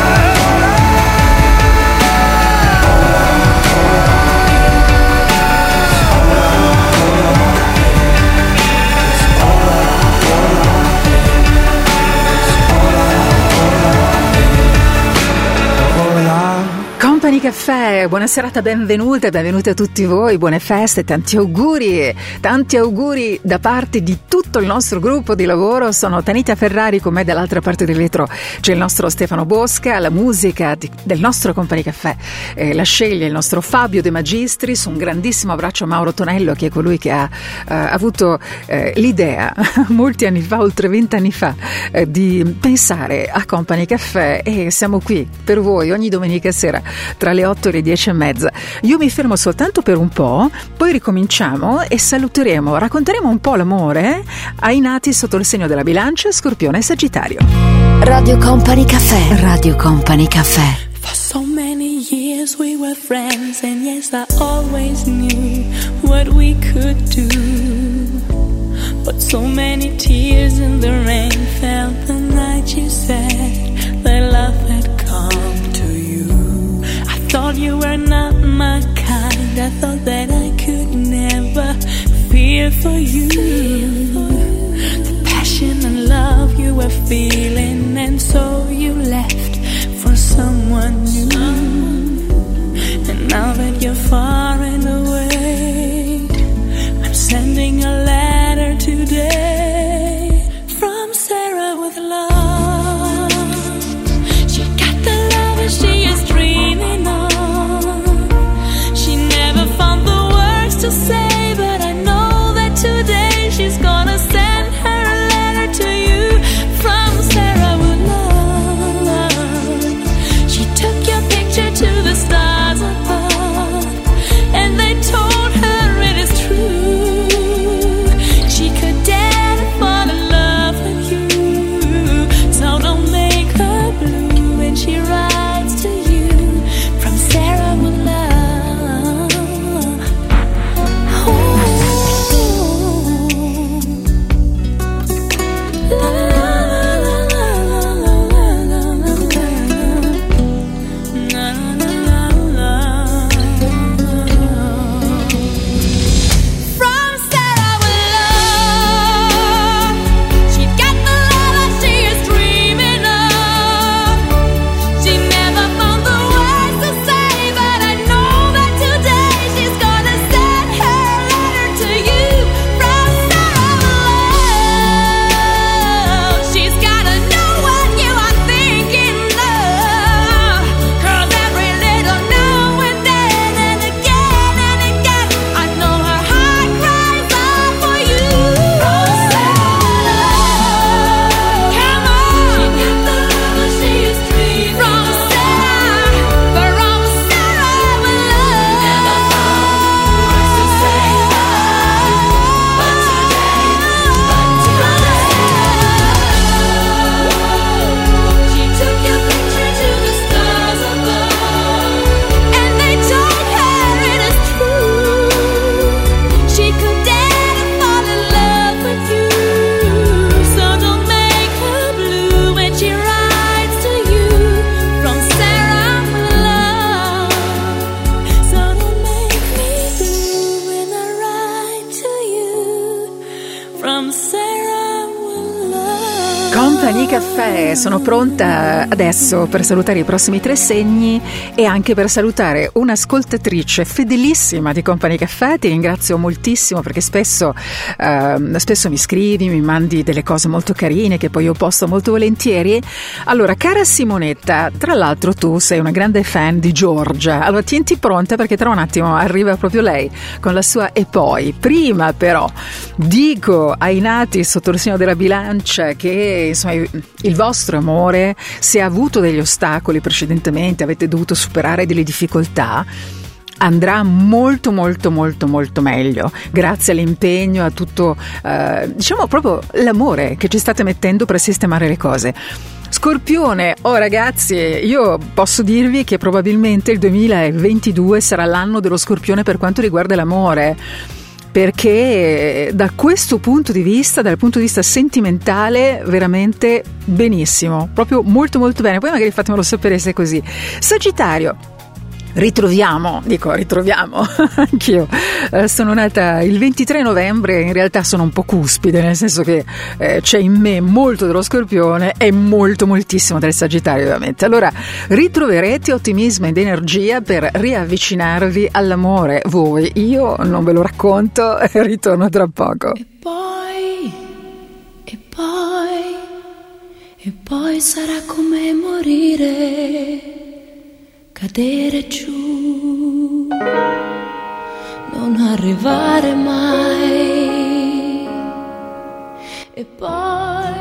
Company Caffè, buona serata, benvenute, benvenute a tutti voi, buone feste, tanti auguri, tanti auguri da parte di tutto il nostro gruppo di lavoro. Sono Tanita Ferrari, con me dall'altra parte del vetro c'è il nostro Stefano Bosca, la musica di, del nostro Company Caffè eh, la sceglie il nostro Fabio De Magistris. Un grandissimo abbraccio a Mauro Tonello, che è colui che ha eh, avuto eh, l'idea molti anni fa, oltre vent'anni fa, eh, di pensare a Company Caffè, e siamo qui per voi ogni domenica sera tra le otto e le dieci e mezza. Io mi fermo soltanto per un po', poi ricominciamo e saluteremo, racconteremo un po' l'amore ai nati sotto il segno della bilancia, Scorpione e Sagittario. Radio Company Caffè. Radio Company Caffè. For so many years we were friends, and yes, I always knew what we could do. But so many tears in the rain fell the night you said that love had come to you. I thought you were not my kind, I thought that I could never feel for you. The passion and love you were feeling, and so you left for someone new. And now that you're far and away, I'm sending a letter today from Sarah with love. She got the love she is dreaming of. She never found the words to say, but I know that today she's gonna send her a letter to you from Sarah. Company Caffè, sono pronta adesso per salutare i prossimi tre segni e anche per salutare un'ascoltatrice fedelissima di Company Caffè. Ti ringrazio moltissimo perché spesso, eh, spesso mi scrivi, mi mandi delle cose molto carine che poi io posto molto volentieri. Allora, cara Simonetta, tra l'altro tu sei una grande fan di Giorgia, allora tienti pronta perché tra un attimo arriva proprio lei con la sua E poi. Prima però dico ai nati sotto il segno della bilancia che insomma il vostro amore, se ha avuto degli ostacoli precedentemente, avete dovuto superare delle difficoltà, andrà molto molto molto molto meglio grazie all'impegno, a tutto eh, diciamo proprio l'amore che ci state mettendo per sistemare le cose. Scorpione, oh ragazzi, io posso dirvi che probabilmente il duemilaventidue sarà l'anno dello Scorpione per quanto riguarda l'amore, perché da questo punto di vista, dal punto di vista sentimentale, veramente benissimo, proprio molto molto bene. Poi magari fatemelo sapere se è così. Sagittario, ritroviamo, dico ritroviamo, anch'io eh, sono nata il ventitré novembre, in realtà sono un po' cuspide, nel senso che eh, c'è in me molto dello Scorpione e molto moltissimo del Sagittario ovviamente. Allora ritroverete ottimismo ed energia per riavvicinarvi all'amore. Voi, io non ve lo racconto, ritorno tra poco. E poi, e poi, e poi sarà come morire, cadere giù, non arrivare mai. E poi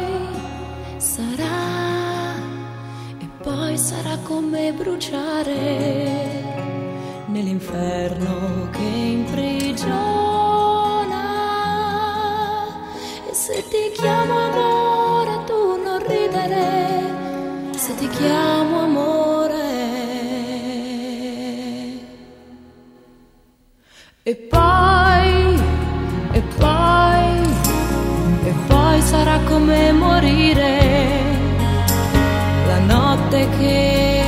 sarà, e poi sarà come bruciare nell'inferno che imprigiona. E se ti chiamo amore tu non ridere, se ti chiamo amore. E poi, e poi, e poi sarà come morire la notte che,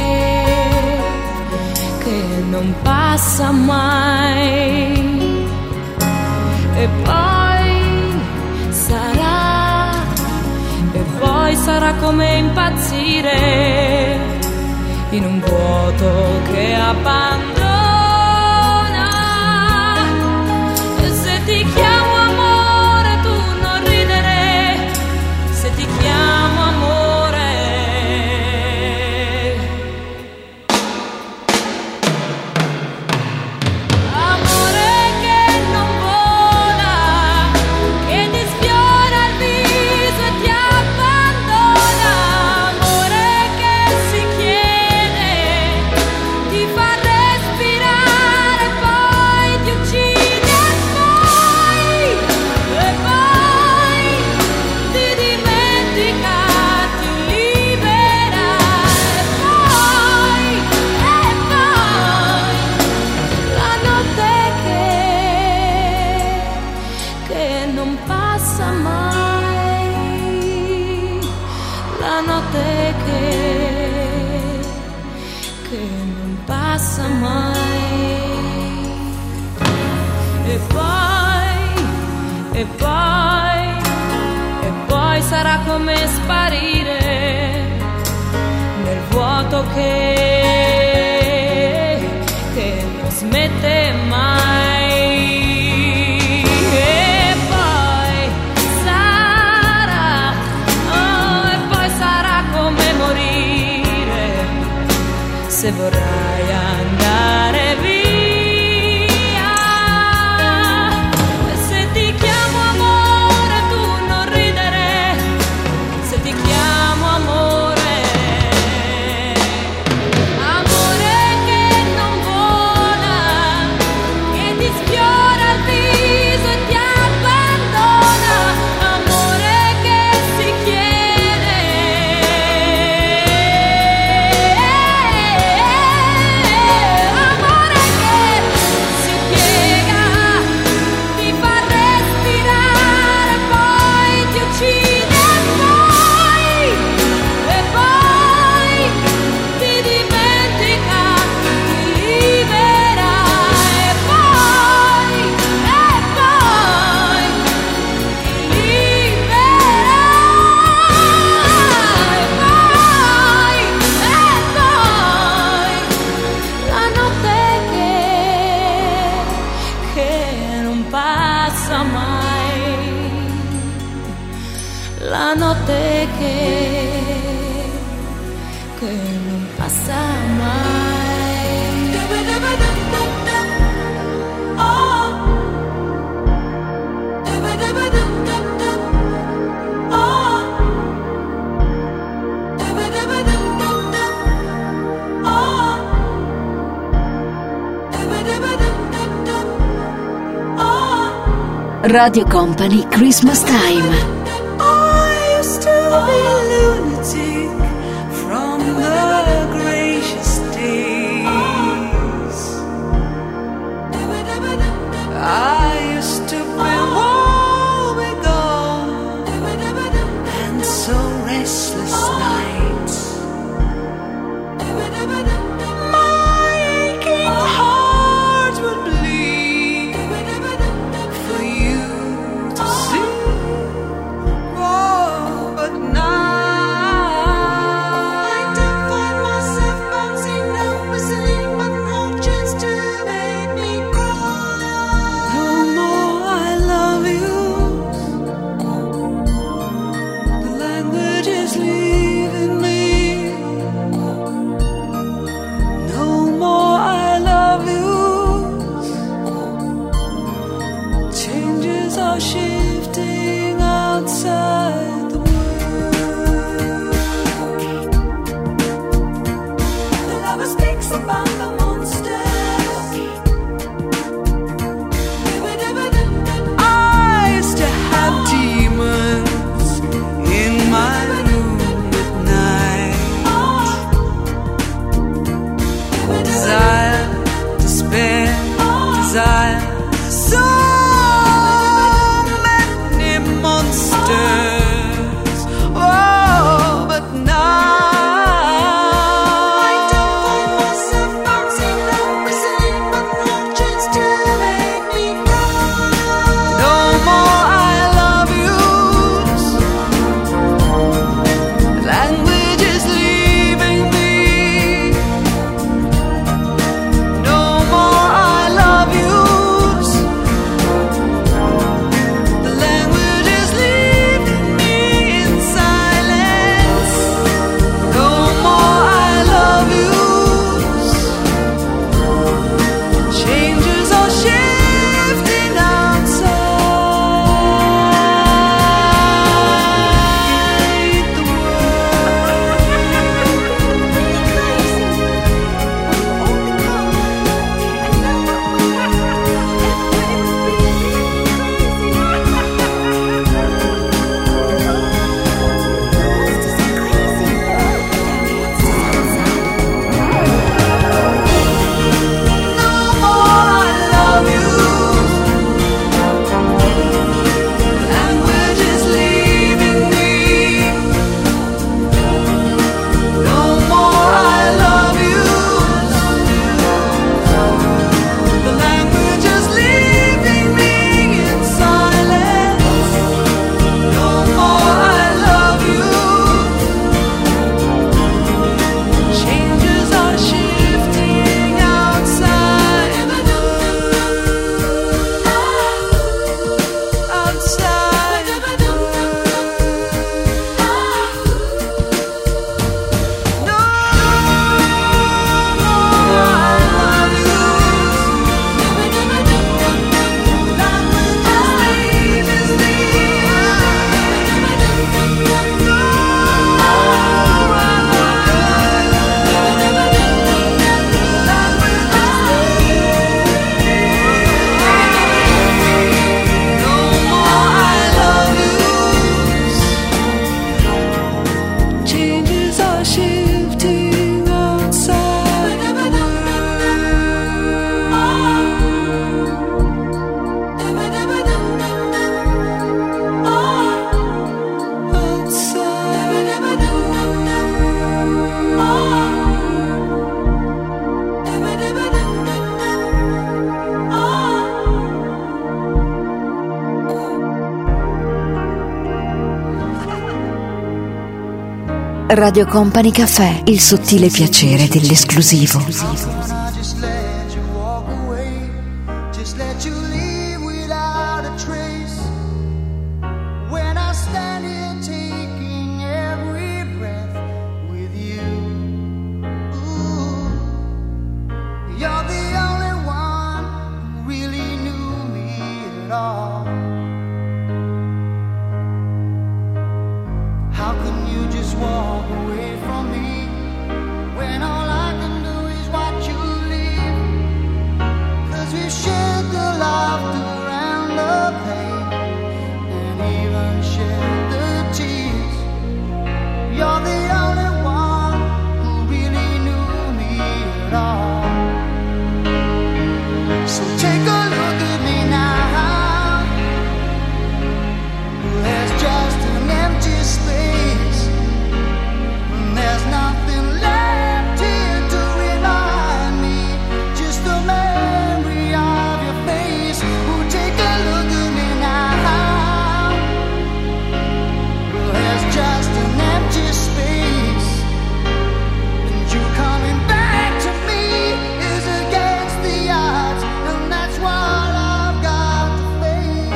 che non passa mai. E poi sarà, e poi sarà come impazzire in un vuoto che abbandona. Ti chiamo amore, tu non ridere, se ti chiamo amore. Amore che non vola, che ti sfiora il viso e ti abbandona. Amore che si chiede, ti fa respirare, poi ti uccide. E poi, e poi, e poi sarà come sparire nel vuoto che, che non smette mai. E poi sarà, oh, e poi sarà come morire se vorrai andare via. Yeah. passa mai, la notte che, che non passa mai. Radio Company Christmas Time. I used to be a lunatic from the gracious days. I used to be woebegone and so restless nights. My aching heart would bleed for you to see. Oh, but now I don't find myself bouncing, no whistling, but no chance to make me cry. No more I love you. The language is leaving me. No more I love you. Changes are shifting outside the world. The lover speaks about the monsters. I used to have demons in my room at night. Desire, despair, desire. So many monsters. Oh, but now I don't find myself bouncing, no whistling, but no chance to make me cry. No more I love yous. Language is leaving me. No more I love yous. The language is leaving me in silence. No more I love yous. Changes are shifting outside the changes are shifting outside the Radio Company Cafè, il sottile piacere dell'esclusivo. Just let you leave without a trace. at all. How can you just walk away from me when all I can do is watch you leave? 'Cause we shared the laughter and the pain and even shared the tears. You're the only one who really knew me at all. So take a look at me now. There's just an empty space. There's nothing left here to remind me. Just the memory of your face. Oh, take a look at me now. There's just an empty space. And you coming back to me is against the odds. And that's what I've got to face.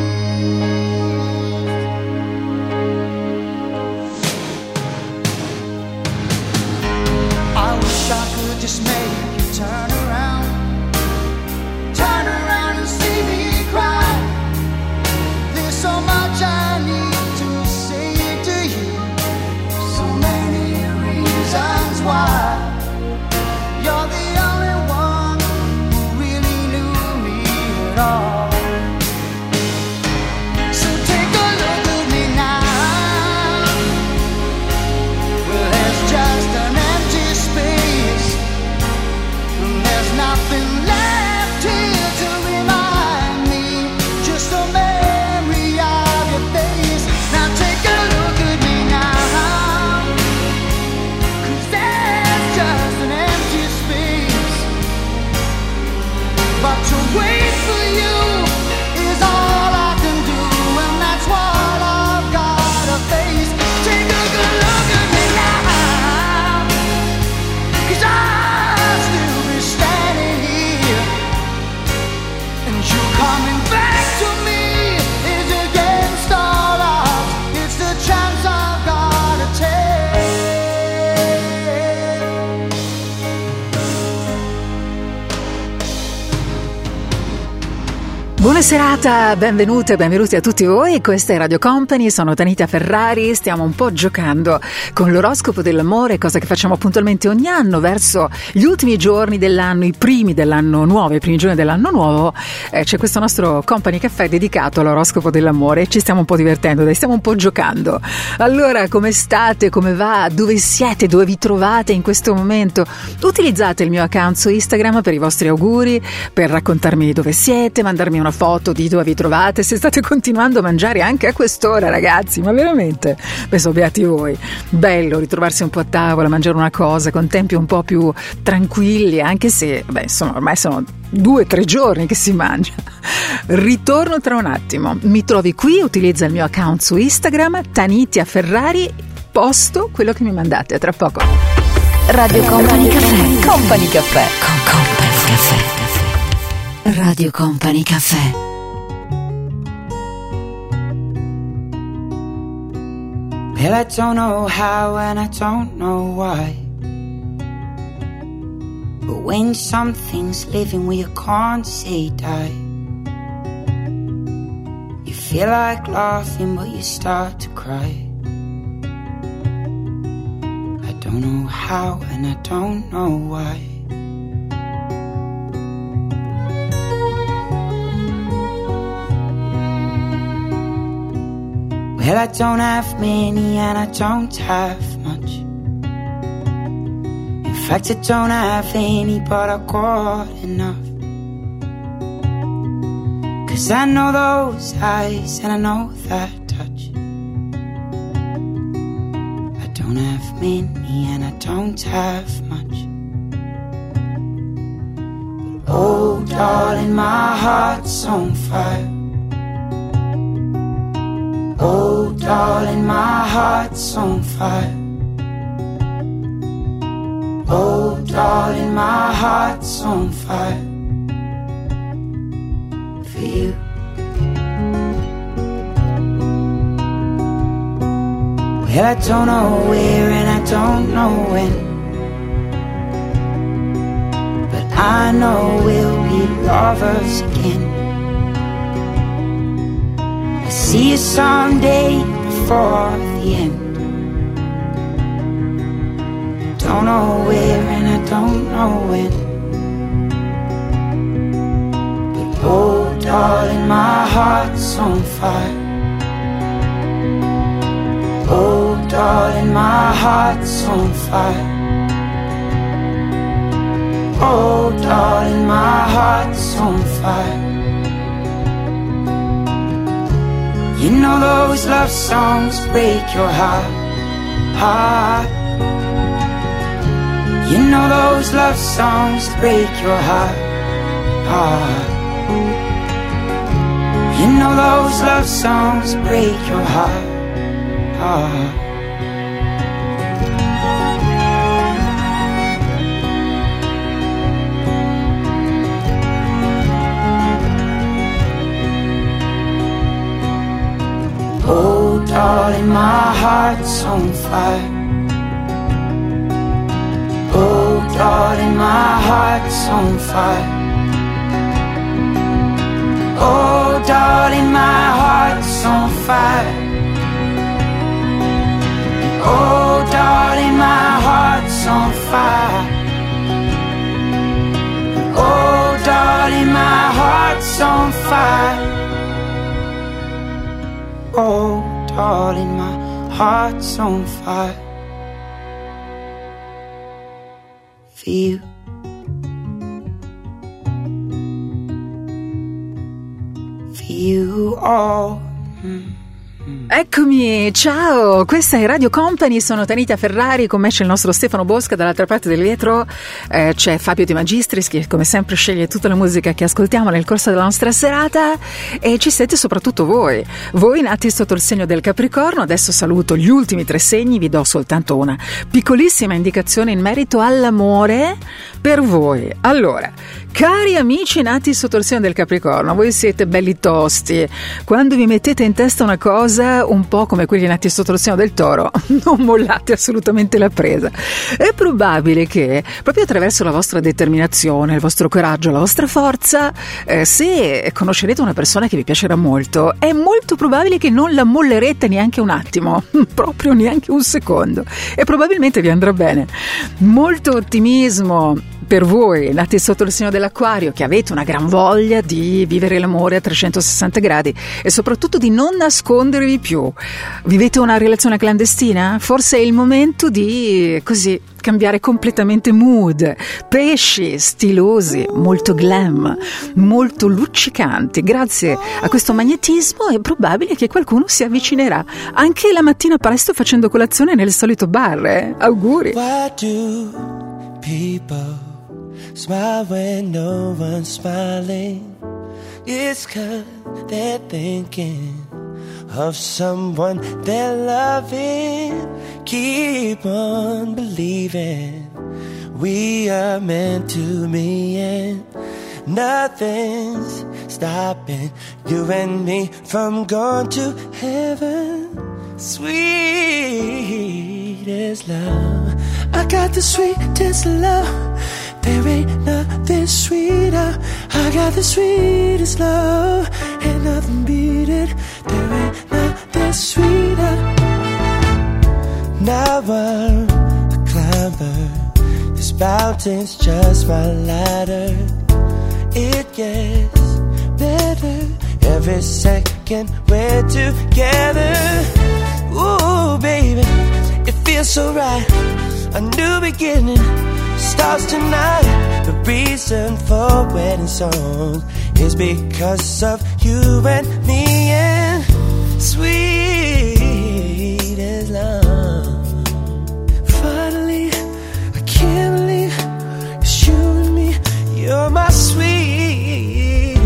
I wish I could just make you turn around. Turn around and see me cry. There's so much I need to say to you. So many reasons why. You're the only one who really knew me at all. So take a look at me now. Well, there's just an empty space. And there's nothing left here to remind me. Just a memory of your face. Now take a look at me now. 'Cause there's just an empty space. But to wait for you is all I can do. And that's what I've gotta face. Take a good look at me now. 'Cause I'll still be standing here. And you coming back to me is against all odds. It's the chance I've gotta take. Buona serata, benvenute e benvenuti a tutti voi. Questa è Radio Company, sono Tanita Ferrari. Stiamo un po' giocando con l'oroscopo dell'amore, cosa che facciamo puntualmente ogni anno verso gli ultimi giorni dell'anno, i primi dell'anno nuovo, i primi giorni dell'anno nuovo. Eh, c'è questo nostro Company Caffè dedicato all'oroscopo dell'amore e ci stiamo un po' divertendo, dai, stiamo un po' giocando. Allora, come state? Come va? Dove siete? Dove vi trovate in questo momento? Utilizzate il mio account su Instagram per i vostri auguri, per raccontarmi dove siete, mandarmi una foto di dove vi trovate, se state continuando a mangiare anche a quest'ora, ragazzi, ma veramente, penso beati voi. Bello ritrovarsi un po' a tavola, mangiare una cosa con tempi un po' più tranquilli, anche se, beh, insomma, ormai sono due o tre giorni che si mangia. Ritorno tra un attimo, mi trovi qui, utilizza il mio account su Instagram, Tanitia Ferrari, posto quello che mi mandate, a tra poco. Radio Company Caffè. Company Caffè. Con Company Caffè. Radio Company Caffè. Well, I don't know how and I don't know why, but when something's living we can't say die, you feel like laughing but you start to cry. I don't know how and I don't know why. Well, I don't have many and I don't have much. In fact, I don't have any, but I got enough. 'Cause I know those eyes and I know that touch. I don't have many and I don't have much. But oh, darling, my heart's on fire. Oh, darling, my heart's on fire. Oh, darling, my heart's on fire for you. Well, I don't know where and I don't know when, but I know we'll be lovers again. see you someday before the end. Don't know where and I don't know when, but oh darling, my heart's on fire. Oh darling, my heart's on fire. Oh darling, my heart's on fire. You know those love songs break your heart, heart. You know those love songs break your heart, heart. You know those love songs break your heart, heart. Oh darling, my heart's on fire. Oh darling, my heart's on fire. Oh darling, my heart's on fire. Oh darling, my heart's on fire. Oh darling, my heart's on fire. Oh darling, my heart's on fire. For you. For you all. Mm. Eccomi, ciao, questa è Radio Company, sono Tanita Ferrari, con me c'è il nostro Stefano Bosca, dall'altra parte del vetro eh, c'è Fabio De Magistris che come sempre sceglie tutta la musica che ascoltiamo nel corso della nostra serata, e ci siete soprattutto voi, voi nati sotto il segno del Capricorno. Adesso saluto gli ultimi tre segni, vi do soltanto una piccolissima indicazione in merito all'amore per voi. Allora, cari amici nati sotto il segno del Capricorno, voi siete belli tosti, quando vi mettete in testa una cosa, un po' come quelli nati sotto il segno del Toro, non mollate assolutamente la presa. È probabile che proprio attraverso la vostra determinazione, il vostro coraggio, la vostra forza, eh, se conoscerete una persona che vi piacerà molto, è molto probabile che non la mollerete neanche un attimo, proprio neanche un secondo, e probabilmente vi andrà bene. Molto ottimismo per voi nati sotto il segno dell'Acquario, che avete una gran voglia di vivere l'amore a trecentosessanta gradi e soprattutto di non nascondervi più. Vivete una relazione clandestina? Forse è il momento di, così, cambiare completamente mood. Pesci stilosi, molto glam, molto luccicanti. Grazie a questo magnetismo è probabile che qualcuno si avvicinerà anche la mattina presto facendo colazione nel solito bar. Eh? Auguri. Why do people smile when no one's smiling? It's 'cause they're thinking of someone they're loving. Keep on believing we are meant to be, and nothing's stopping you and me from going to heaven. Sweet as love, I got the sweetest love. There ain't nothing sweeter. I got the sweetest love, ain't nothing beat it. There ain't nothing sweeter. Now I'm a climber, this mountain's just my ladder. It gets better every second we're together. Ooh, baby, it feels so right. A new beginning starts tonight. The reason for wedding songs is because of you and me, and sweet as love. Finally, I can't believe it's you and me. You're my sweetest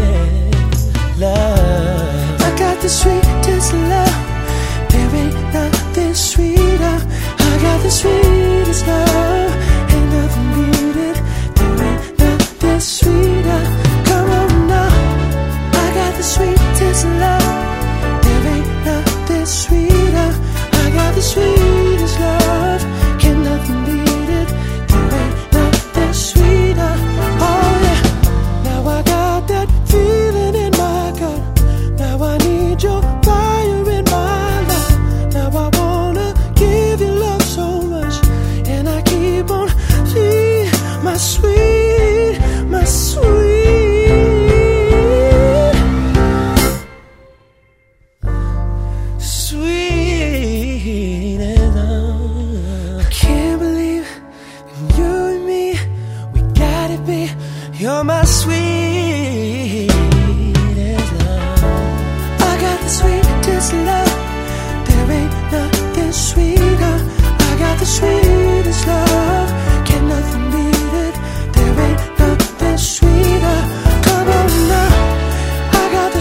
love. I got the sweetest love. There ain't nothing sweeter. I got the sweetest love. Ain't nothing beat it. There ain't nothing sweeter. Come on now. I got the sweetest love. There ain't nothing sweeter. I got the sweetest love. Can nothing beat it. There ain't nothing sweeter. Oh yeah. Now I got that feeling in my gut. Now I need your body.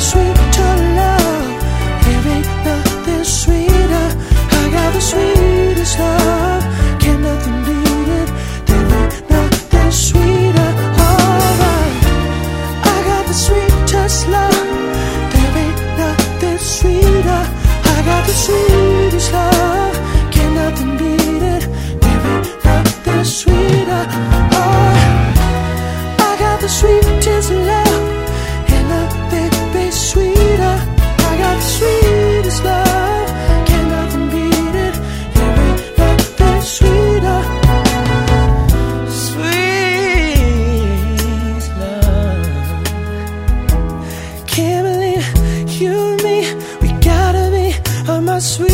sweeter love. There ain't nothing sweeter. I got the sweetest love. Can't nothing beat it. There ain't nothing sweeter. Alright, I got the sweetest love. There ain't nothing sweeter. I got the sweetest love. Can't nothing beat it. There ain't nothing sweeter. Alright, I got the sweetest love. Can't nothing be sweeter. I got the sweetest love. Can't nothing beat it. There ain't nothing sweeter. Sweet love. Can't believe you and me. We gotta be on my sweet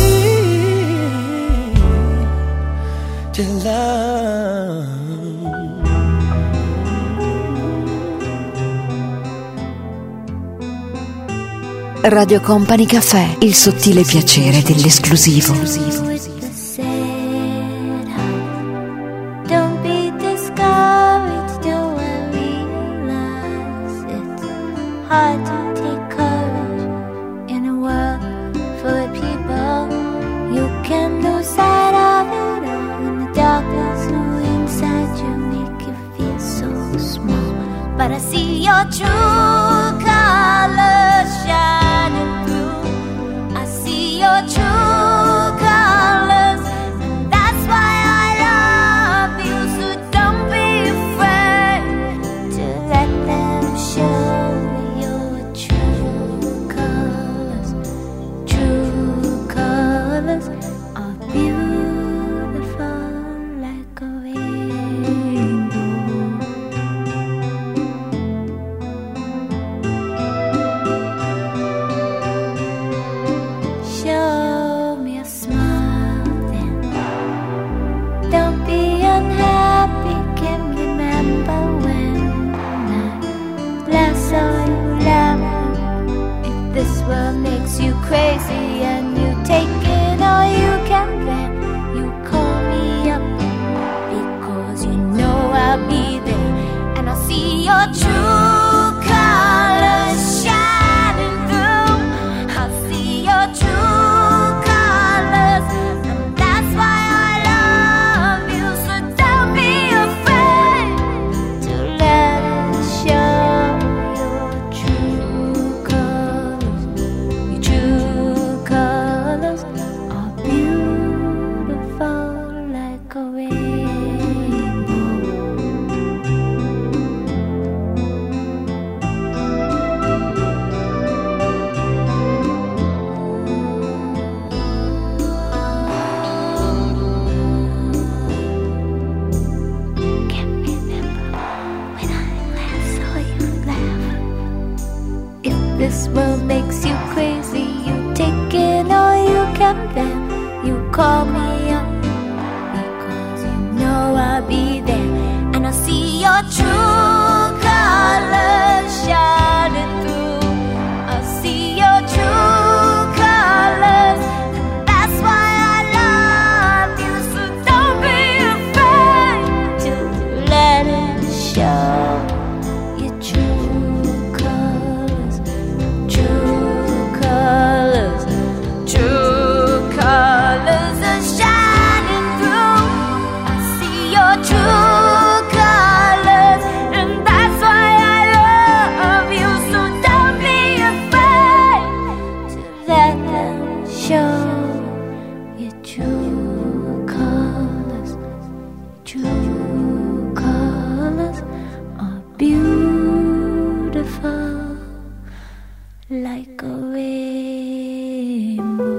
love. Radio Company Cafè, il sottile piacere dell'esclusivo. Don't be discouraged, do I realize it's hard to take courage in a world full of people. You can lose sight of it all, and the darkness inside you make you feel so small. But I see your true colors shining through. I see your true colors, and that's why I love you. So don't be afraid to let them show your true colors. True colors are beautiful like a rainbow. Show me a smile then. Don't be unhappy, can remember when I last saw you laughing. If this world makes you crazy and you take it all you can bear, you call me up because you know I'll be there. And I'll see your true colors shining through. I'll see your true colors, and that's why I love you. So don't be afraid to let it show your true colors. Your true colors are beautiful like a rainbow. Can't remember when I last saw you laugh. If this world makes you crazy, you take it all you can bear. You call me up because you know I'll be there. And I'll see your true colors shining through. I'll see your true colors, and that's why I love you. So don't be afraid to let it show your true colors. True colors, true colors are shining through. I see your true colors, and that's why I love you. So don't be afraid to let them show your true colors. True colors are beautiful like a rainbow.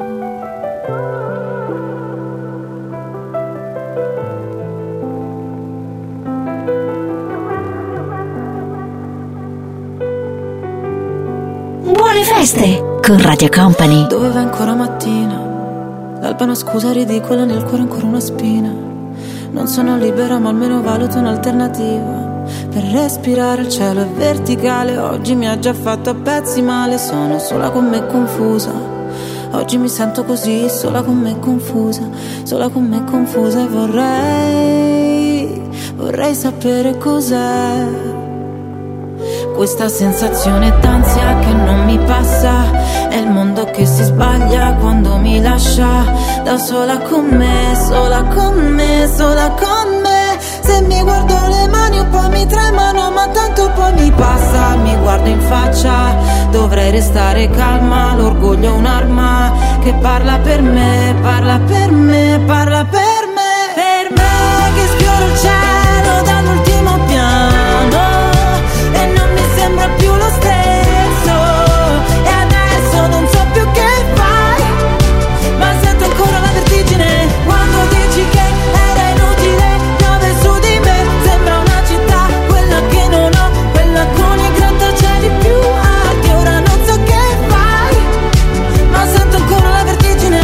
Buone feste con Radio Company. Dove vai ancora mattina? L'alba è una scusa ridicola, nel cuore ancora una spina. Non sono libera ma almeno valuto un'alternativa. Per respirare il cielo è verticale. Oggi mi ha già fatto a pezzi male. Sono sola con me confusa. Oggi mi sento così, sola con me confusa. Sola con me confusa e vorrei Vorrei sapere cos'è questa sensazione d'ansia che non mi passa. È il mondo che si sbaglia quando mi lascia da sola con me, sola con me, sola con me. Se mi guardo le mani un po' mi tremano, ma tanto poi mi passa. Mi guardo in faccia, dovrei restare calma. L'orgoglio è un'arma che parla per me, parla per me, parla per me. Per me che sfioro il cielo dall'ultimo piano e non mi sembra più lo stesso. E adesso non so più che fai, ma sento ancora la vertigine quando dici che era inutile. Piove su di me, sembra una città, quella che non ho, quella con i grattacieli più alti. Ora non so che fai, ma sento ancora la vertigine.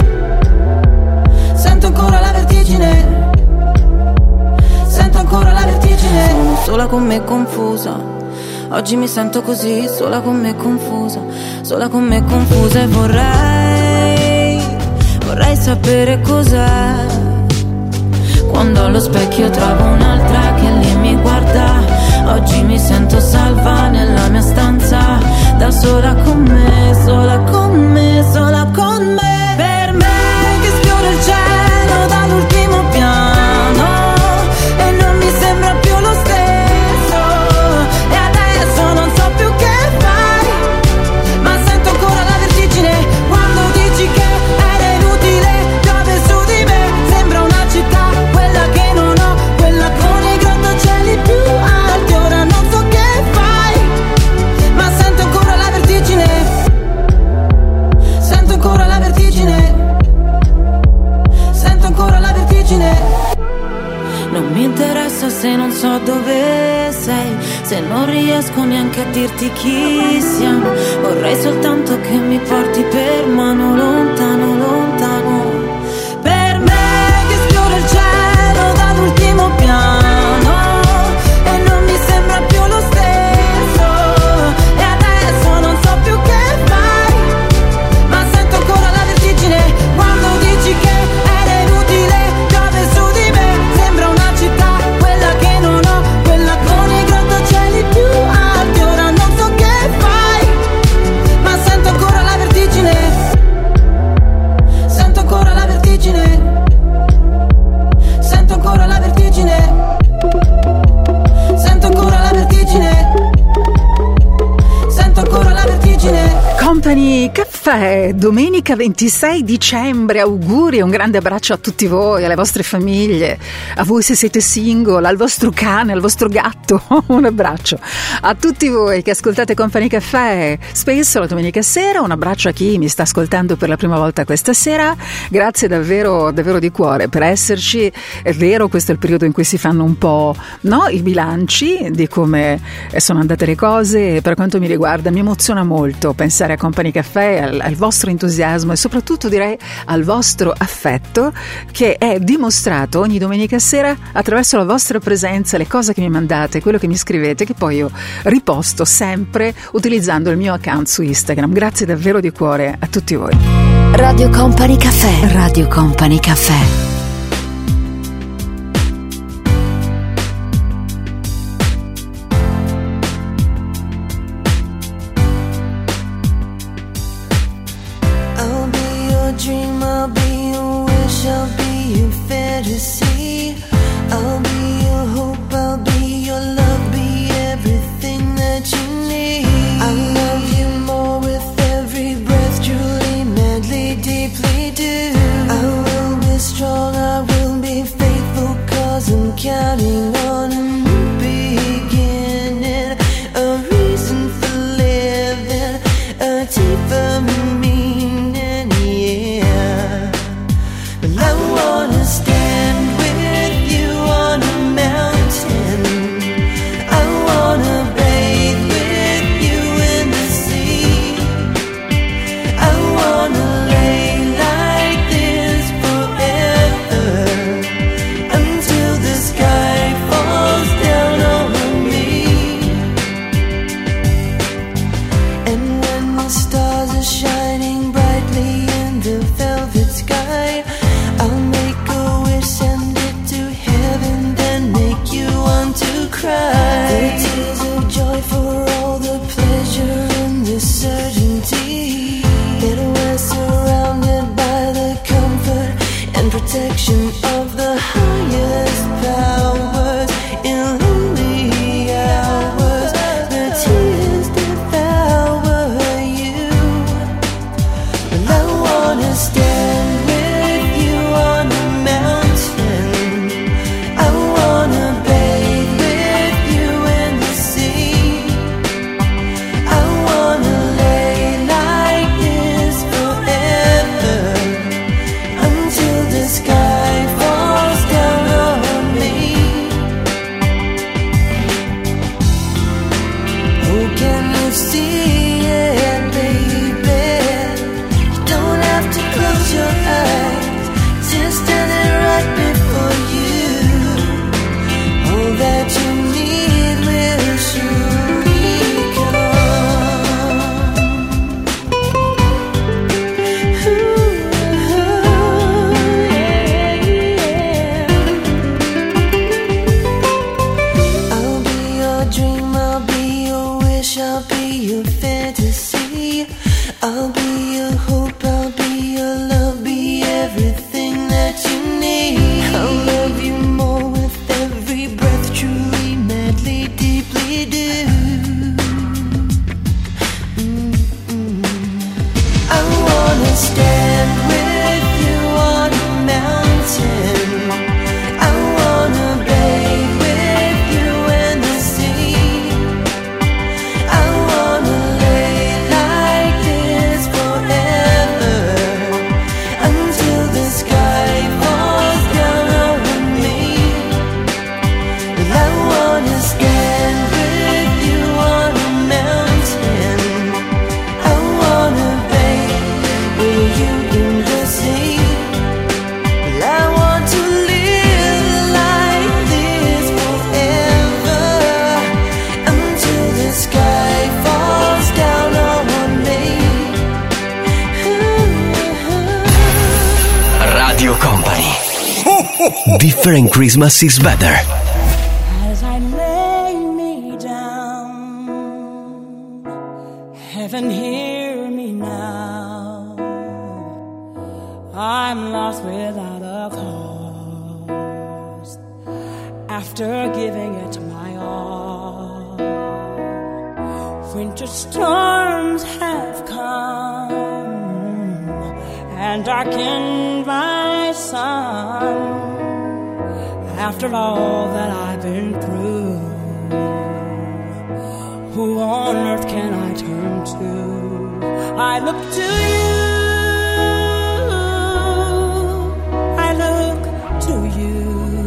Sento ancora la vertigine. Sento ancora la vertigine. Sono sola con me confusa. Oggi mi sento così, sola con me confusa. Sola con me confusa e vorrei, vorrei sapere cos'è. Quando allo specchio trovo un'altra che lì mi guarda. Oggi mi sento salva nella mia stanza, da sola con me, sola con me, sola con me. Per me che sfiora il cielo dall'ultimo piano e non mi sembra più lo stesso. E adesso non so più che fai, ma sento ancora la vertigine quando dici che era inutile. Piove su di me, sembra una città, quella che non ho, quella con i grattacieli più alti. Ora non so che fai, ma sento ancora la vertigine. Sento ancora la vertigine. Sento ancora la vertigine. Non mi interessa se non so dove sei, se non riesco neanche a dirti chi siamo. Vorrei soltanto che mi porti per mano lontano, lontano. Per me che sfiora il cielo dall'ultimo piano e non mi sembra più lo stesso. E adesso non so più che fai, ma sento ancora la vertigine quando dici che era inutile. Piove su di me, sembra una città, quella che non ho, quella con i grattacieli più alti. Ora non so che fai, ma sento ancora la vertigine. Sento ancora la vertigine. Sento ancora la vertigine. Sento ancora la vertigine. Sento ancora la vertigine. Company Caffè, domenica ventisei dicembre, auguri e un grande abbraccio a tutti voi, alle vostre famiglie, a voi se siete single, al vostro cane, al vostro gatto, un abbraccio a tutti voi che ascoltate Company Caffè spesso la domenica sera, un abbraccio a chi mi sta ascoltando per la prima volta questa sera, grazie davvero, davvero di cuore per esserci. È vero, questo è il periodo in cui si fanno un po', no, i bilanci di come sono andate le cose e per quanto mi riguarda mi emoziona molto pensare a Company Caffè, al, al vostro entusiasmo e soprattutto direi al vostro affetto che è dimostrato ogni domenica sera attraverso la vostra presenza, le cose che mi mandate, quello che mi scrivete, che poi io riposto sempre utilizzando il mio account su Instagram. Grazie davvero di cuore a tutti voi. Radio Company Caffè. Radio Company Caffè. Counting on a new beginning, a reason for living, a deeper meaning, yeah. Well, I wanna stand protection of the highest powers in lonely hours. The tears devour you, and I wanna stand with you on a mountain. I wanna bathe with you in the sea. I wanna lay like this forever until the sky falls down on me. Oh, can you see it, baby? You don't have to close your eyes, just standing right before you. All that you need will surely come. I'll be your dream, I'll be your wish, I'll be your fantasy. I'll be your hope, I'll be your love, be everything that you need. I'll love you more with every breath, truly, madly, deeply do. Mm-mm. I wanna stand with you on a mountain. I wanna bathe with you in the sea. I wanna lay like this forever until the sky falls down on me. And I wanna stand with you on a mountain. I wanna bathe with you in the sea. But I want to live like this forever until the sky falls down on me. Radio Company. Different Christmas is better. As I lay me down, heaven hear me now. I'm lost without a cause. After giving it my all, winter storms have come and darkened my sun. After all that I've been through, who on earth can I turn to? I look to you, I look to you.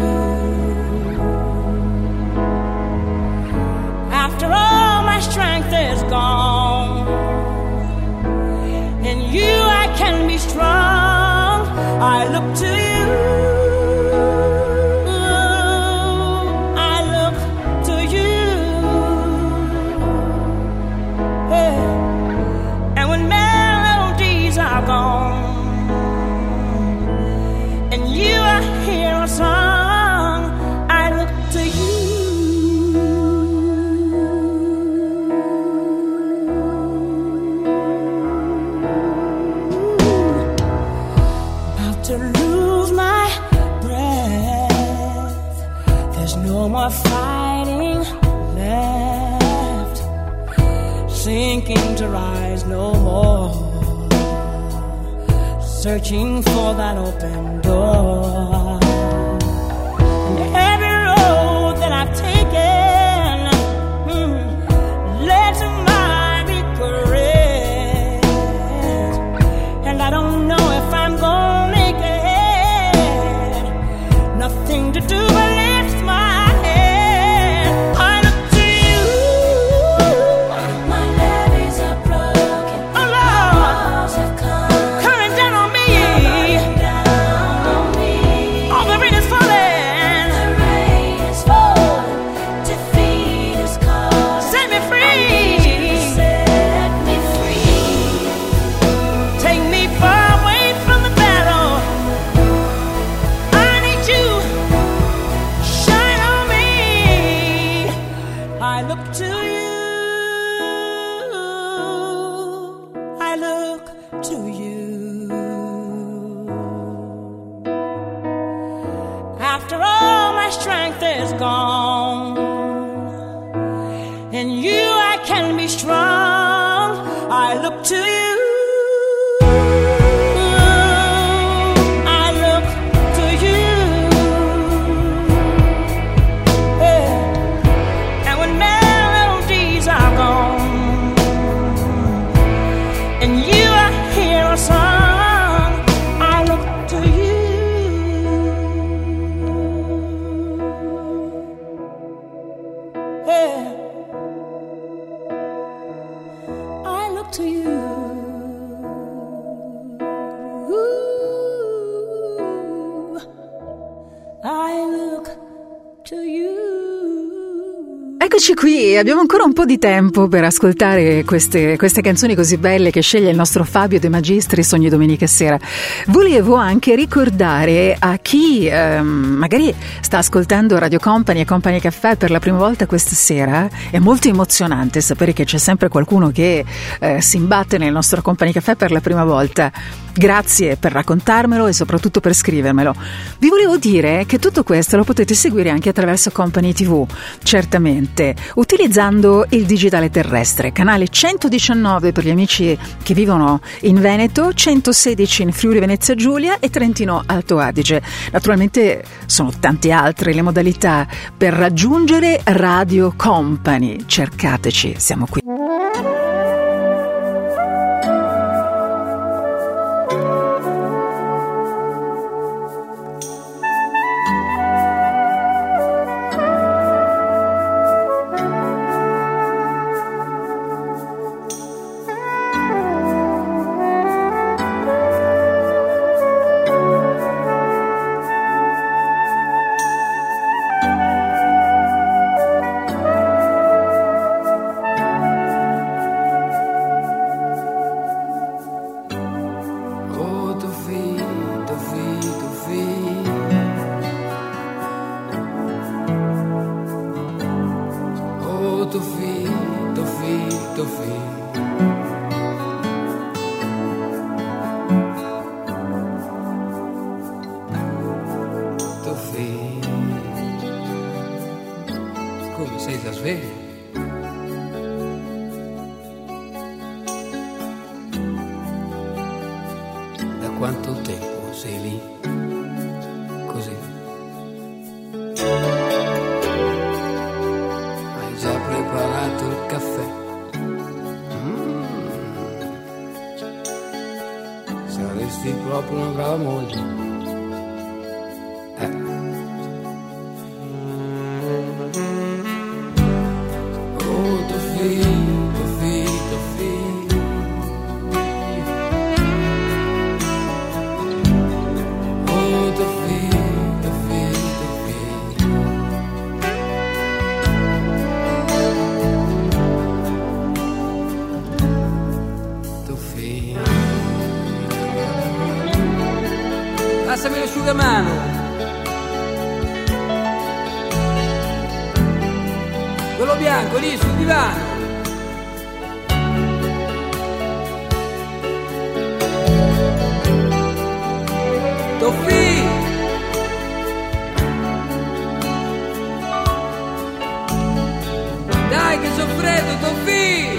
After all my strength is gone, in you I can be strong. I look to you, I look to you. Hey. And when melodies are gone, and you I hear a song, I look to you. About to lose my breath, there's no more fighting left, sinking to rise no more, searching for that open door. And every road that I've taken mm, led to my regret, and I don't know if I'm gonna make it. Nothing to do but lift my head. I look to you. My levees are broken. Oh Lord, walls have come coming down on me. Coming down on me. All the rain is falling. The rain is falling. Defeat is calling. Set me free. I need you to set me free. Take me far away from the battle. I need you. Shine on me. I look to you. I look to you. gone. In you I can be strong. I look to you. Eccoci qui, abbiamo ancora un po' di tempo per ascoltare queste, queste canzoni così belle che sceglie il nostro Fabio De Magistris ogni domenica sera. Volevo anche ricordare a chi ehm, magari sta ascoltando Radio Company e Company Café per la prima volta questa sera, è molto emozionante sapere che c'è sempre qualcuno che eh, si imbatte nel nostro Company Café per la prima volta. Grazie per raccontarmelo e soprattutto per scrivermelo. Vi volevo dire che tutto questo lo potete seguire anche attraverso Company tivù, certamente, utilizzando il digitale terrestre, canale centodiciannove per gli amici che vivono in Veneto, centosedici in Friuli Venezia Giulia e Trentino Alto Adige. Naturalmente sono tante altre le modalità per raggiungere Radio Company. Cercateci, siamo qui. Passami l'asciugamano. Quello bianco lì sul divano. Toffi! Dai che sono freddo, Toffi!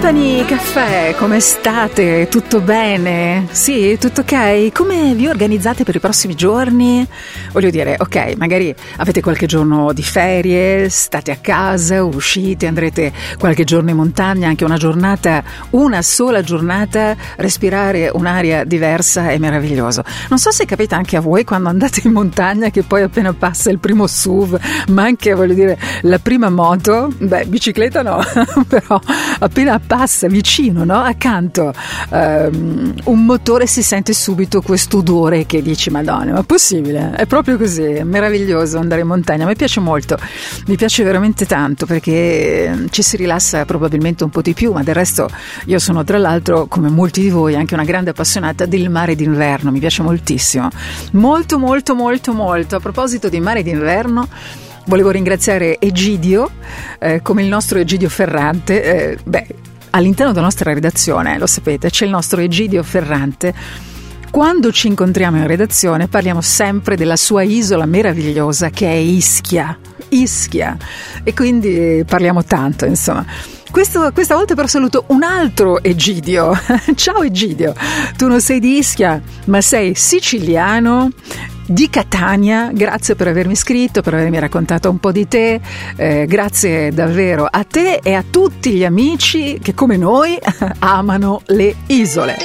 Company Caffè, come state? Tutto bene? Sì, tutto ok? Come vi organizzate per i prossimi giorni? Voglio dire, ok, magari avete qualche giorno di ferie, state a casa, uscite, andrete qualche giorno in montagna, anche una giornata, una sola giornata, respirare un'aria diversa è meraviglioso. Non so se capita anche a voi quando andate in montagna che poi appena passa il primo S U V, ma anche, voglio dire, la prima moto, beh, bicicletta no, però appena passa vicino, no? Accanto um, un motore, si sente subito questo odore che dici Madonna, ma è possibile? È proprio così, è meraviglioso andare in montagna, mi piace molto, mi piace veramente tanto perché ci si rilassa probabilmente un po' di più, ma del resto io sono tra l'altro, come molti di voi, anche una grande appassionata del mare d'inverno, mi piace moltissimo, molto molto molto molto. A proposito di mare d'inverno, volevo ringraziare Egidio, eh, come il nostro Egidio Ferrante. Eh, beh, all'interno della nostra redazione, lo sapete, c'è il nostro Egidio Ferrante. Quando ci incontriamo in redazione parliamo sempre della sua isola meravigliosa che è Ischia. Ischia. E quindi parliamo tanto, insomma. Questo, questa volta però saluto un altro Egidio. Ciao Egidio, tu non sei di Ischia, ma sei siciliano, di Catania. Grazie per avermi scritto, per avermi raccontato un po' di te, eh, grazie davvero a te e a tutti gli amici che come noi amano le isole.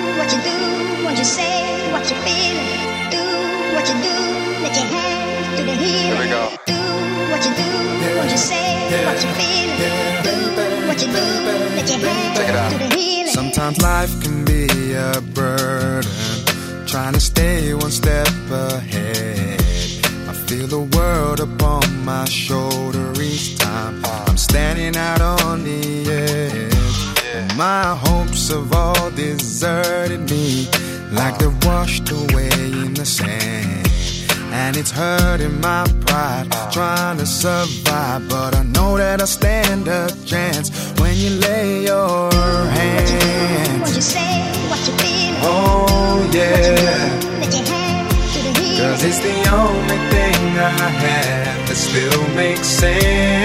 Sometimes life can be a burden, trying to stay one step ahead. I feel the world upon my shoulder each time I'm standing out on the edge. My hopes have all deserted me, like they're washed away in the sand. And it's hurting my pride, trying to survive, but I know that I stand a chance when you lay your hands. What you say, what you feel. Oh yeah, cause it's the only thing I have that still makes sense.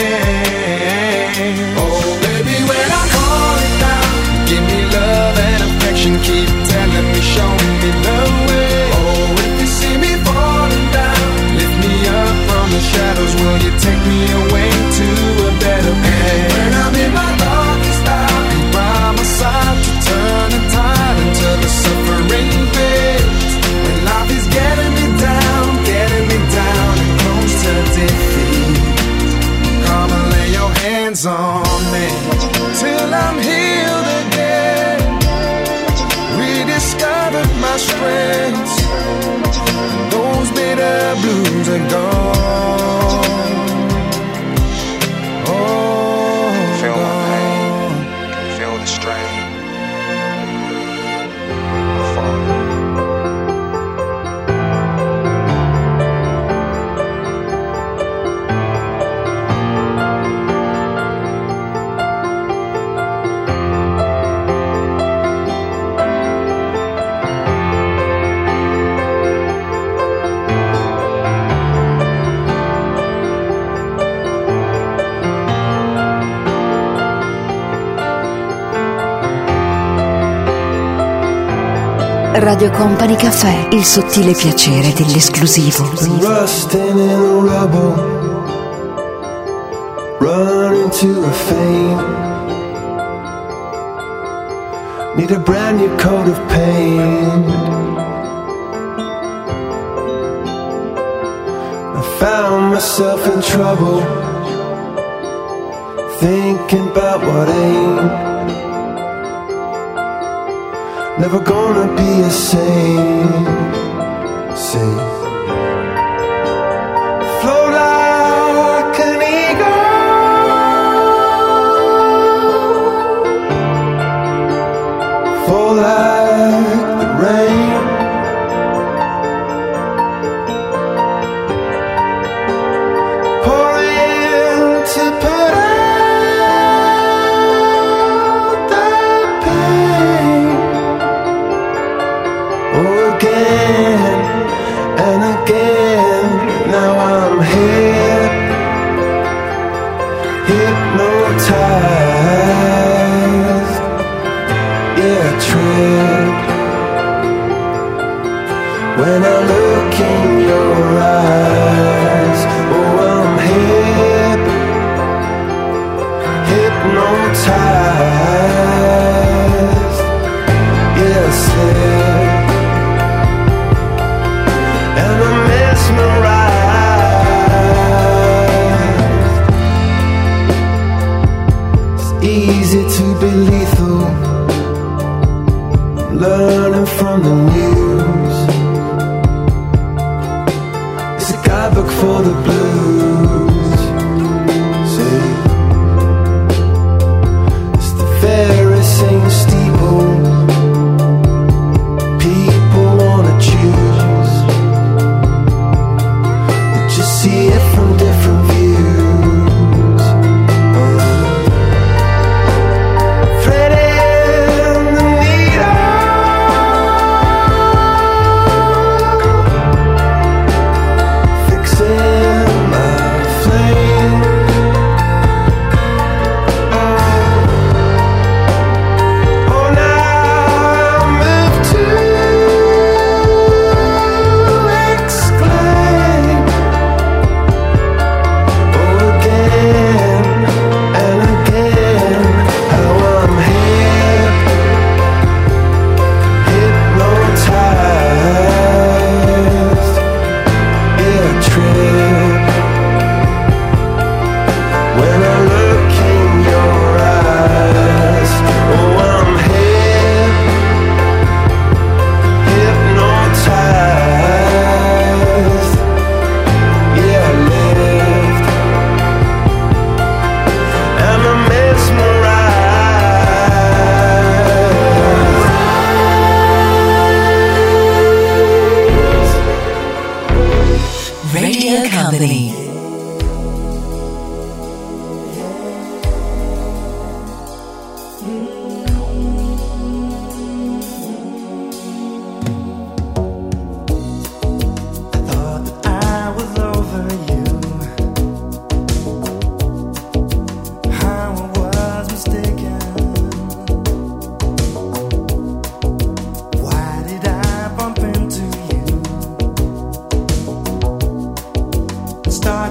Oh baby, when I call it down, give me love and affection, keep telling me, show me the way. Oh, if you see me falling down, lift me up from the shadows, will you take me away to a better place? When I'm in my darkest hour, be by my side to turn the tide until the suffering fades. When life is getting me down, getting me down and close to defeat, come and lay your hands on me till I'm healed again, rediscovered my strengths, and those bitter blues are gone. Oh, feel the pain, feel the strain. Radio Company Caffè, il sottile piacere dell'esclusivo. Rusting in the rubble, running to a fame. Need a brand new coat of paint. I found myself in trouble, thinking about what ain't. Never gonna be the same. See, float like an eagle, fall like the rain. Pour in to put out the pain. Oh, again and again, now I'm here, hypnotized. when I look in your eyes. Oh, I'm hip, hypnotized, yes, hip, and I'm mesmerized. It's easy to be lethal, learning from the news. It's a guidebook for the blues. See, it's the very same steeple people wanna choose. But you see it from different views. Uh, threading the needle, fixing my flame. Oh, oh, now I move to exclaim. Oh, again and again, how I'm hip, hypnotized, yeah, trip, when I look in your eyes. Oh, I'm hip, hypnotized, yeah, lived, and I'm mesmerized. Radio Company. I was over you. How I was mistaken. Why did I bump into you? Start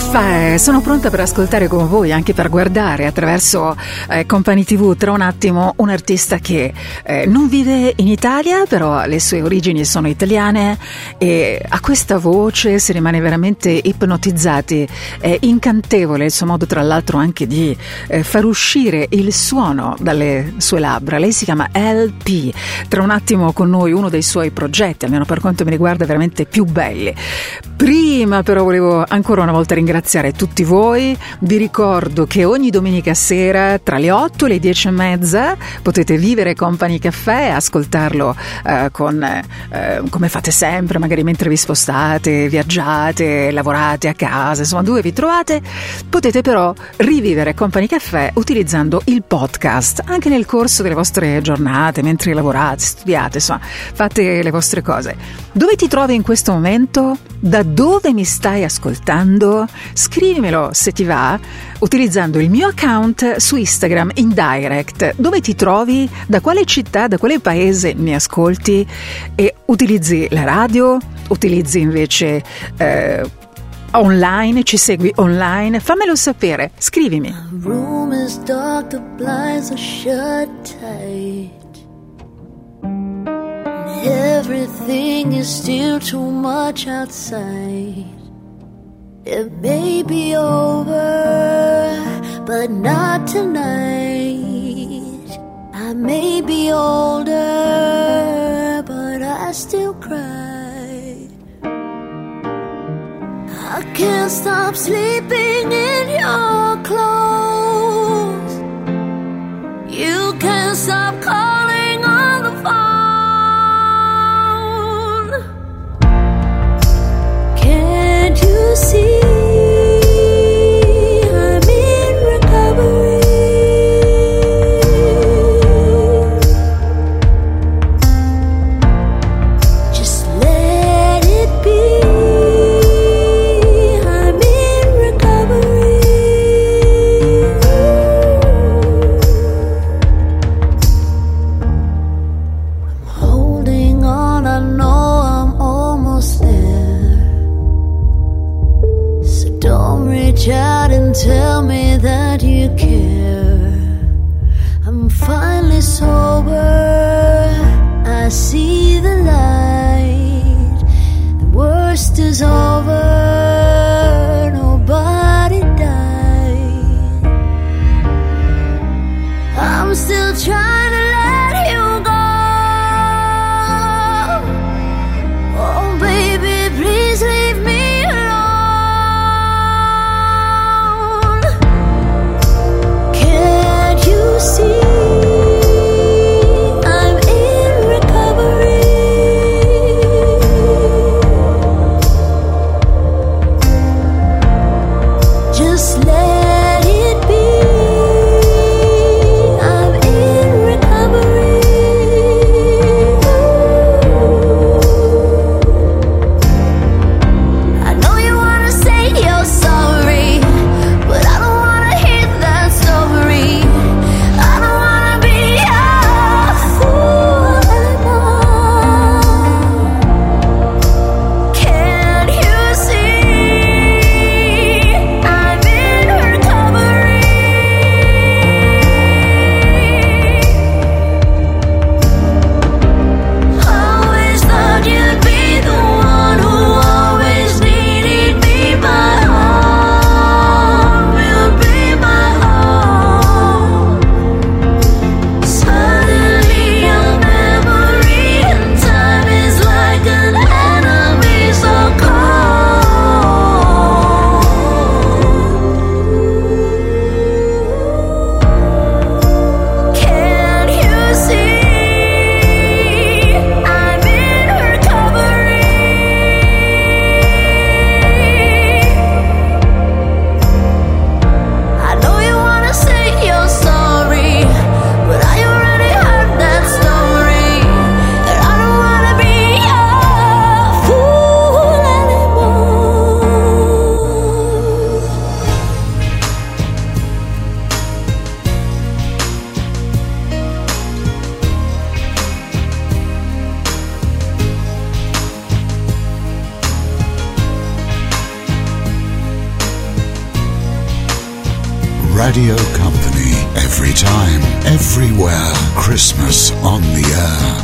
Caffè, sono pronta per ascoltare con voi, anche per guardare attraverso eh, Company tivù tra un attimo un artista che eh, non vive in Italia, però le sue origini sono italiane e a questa voce si rimane veramente ipnotizzati. È incantevole il suo modo, tra l'altro, anche di eh, far uscire il suono dalle sue labbra. Lei si chiama L P. Tra un attimo con noi uno dei suoi progetti, almeno per quanto mi riguarda, veramente più belli. Prima però volevo ancora una volta ringraziare tutti voi. Vi ricordo che ogni domenica sera tra le otto e le dieci e mezza potete vivere Company Caffè, ascoltarlo eh, con eh, come fate sempre, magari mentre vi spostate, viaggiate, lavorate a casa, insomma dove vi trovate. Potete però rivivere Company Caffè utilizzando il podcast anche nel corso delle vostre giornate, mentre lavorate, studiate, insomma fate le vostre cose. Dove ti trovi in questo momento? Da dove mi stai ascoltando? Scrivimelo se ti va utilizzando il mio account su Instagram in direct. Dove ti trovi? Da quale città, da quale paese mi ascolti? E utilizzi la radio? Utilizzi invece eh, online? Ci segui online? Fammelo sapere, scrivimi. The room is dark, the blinds are shut tight. Everything is still too much outside. It may be over, but not tonight. I may be older, but I still cry. I can't stop sleeping in your clothes. You can't stop calling on the phone. Can't you see I'm in recovery? Just let it be. I'm in recovery. I'm holding on, I know I'm almost there. Don't reach out and tell me that you care. I'm finally sober, I see the light. The worst is over, nobody died. I'm still trying to let you go. Oh baby, please leave me alone. Radio Company. Every time, everywhere. Christmas on the air.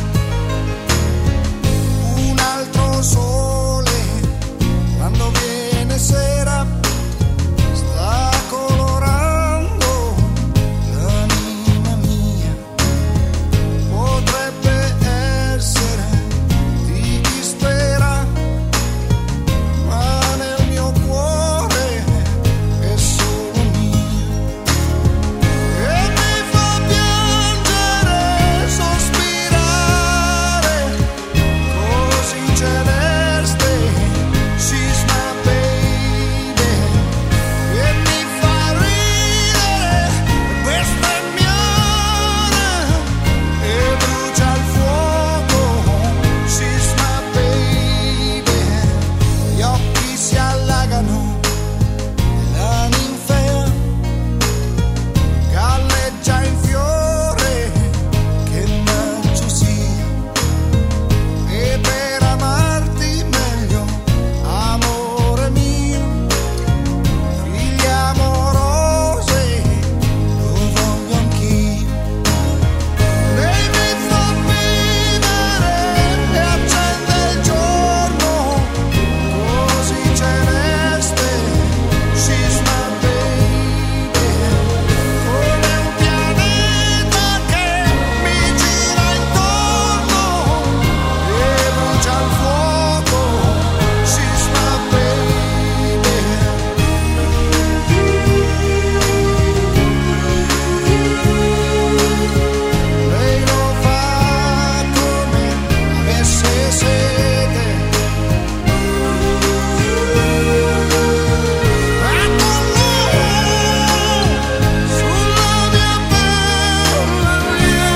Un altro sole, quando viene sera, sta colorando l'anima mia. Potrebbe essere di chi spera, ma nel mio cuore è solo mia. E mi fa piangere, sospirare, così celeste, she's my baby. E mi fa ridere, questa è mia ora, e brucia il fuoco, she's my baby. Gli occhi si allagano, la ninfea galleggia in fiore, che maggio sia. E per amarti meglio, amore mio, figli amorosi, lo voglio anch'io. Lei mi fa vivere e accende il giorno, così celeste, she's my baby. Come un pianeta che mi gira intorno e brucia il fuoco, she's my baby. Lei lo fa come avesse sete, e con lui sulla mia pelle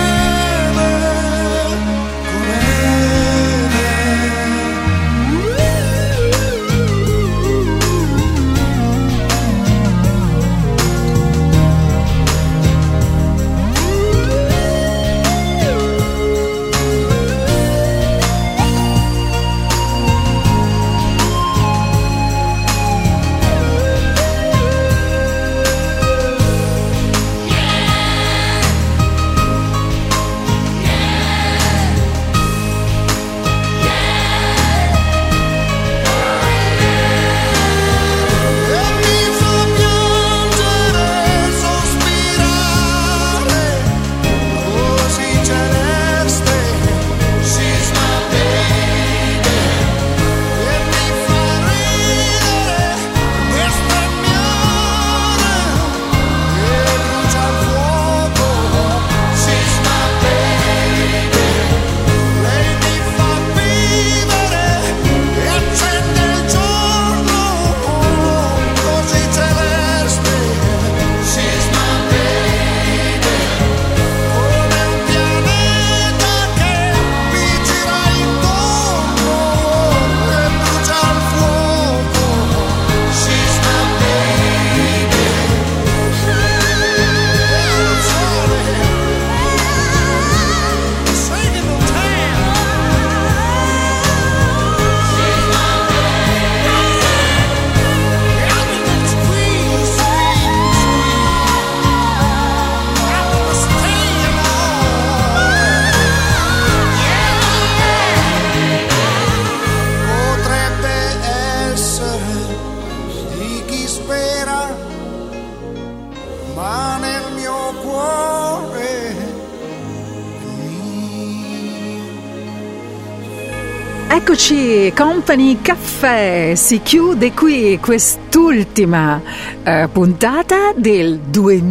Eccoci, Company Caffè, si chiude qui quest'ultima eh, puntata del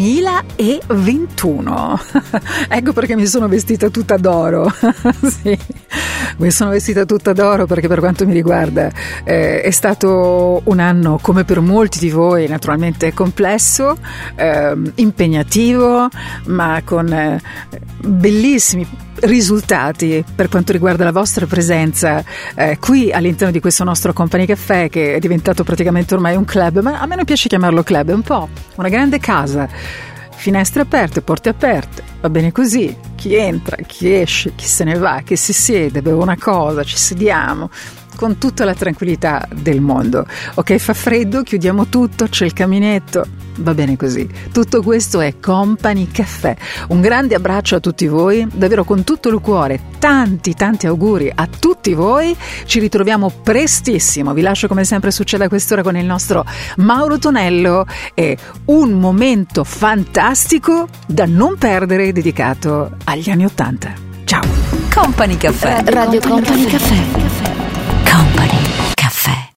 duemilaventuno. Ecco perché mi sono vestita tutta d'oro. Sì, mi sono vestita tutta d'oro perché per quanto mi riguarda eh, è stato un anno, come per molti di voi, naturalmente complesso, eh, impegnativo, ma con eh, bellissimi risultati per quanto riguarda la vostra presenza eh, qui all'interno di questo nostro Company Caffè, che è diventato praticamente ormai un club, ma a me non piace chiamarlo club, è un po' una grande casa, finestre aperte, porte aperte, va bene così, chi entra, chi esce, chi se ne va, chi si siede, beve una cosa, ci sediamo, con tutta la tranquillità del mondo. Ok, fa freddo, chiudiamo tutto, c'è il caminetto, va bene così. Tutto questo è Company Cafè. Un grande abbraccio a tutti voi, davvero con tutto il cuore, tanti tanti auguri a tutti voi. Ci ritroviamo prestissimo. Vi lascio come sempre succede a quest'ora con il nostro Mauro Tonello e un momento fantastico da non perdere dedicato agli anni Ottanta. Ciao. Company Cafè. Radio Company Cafè.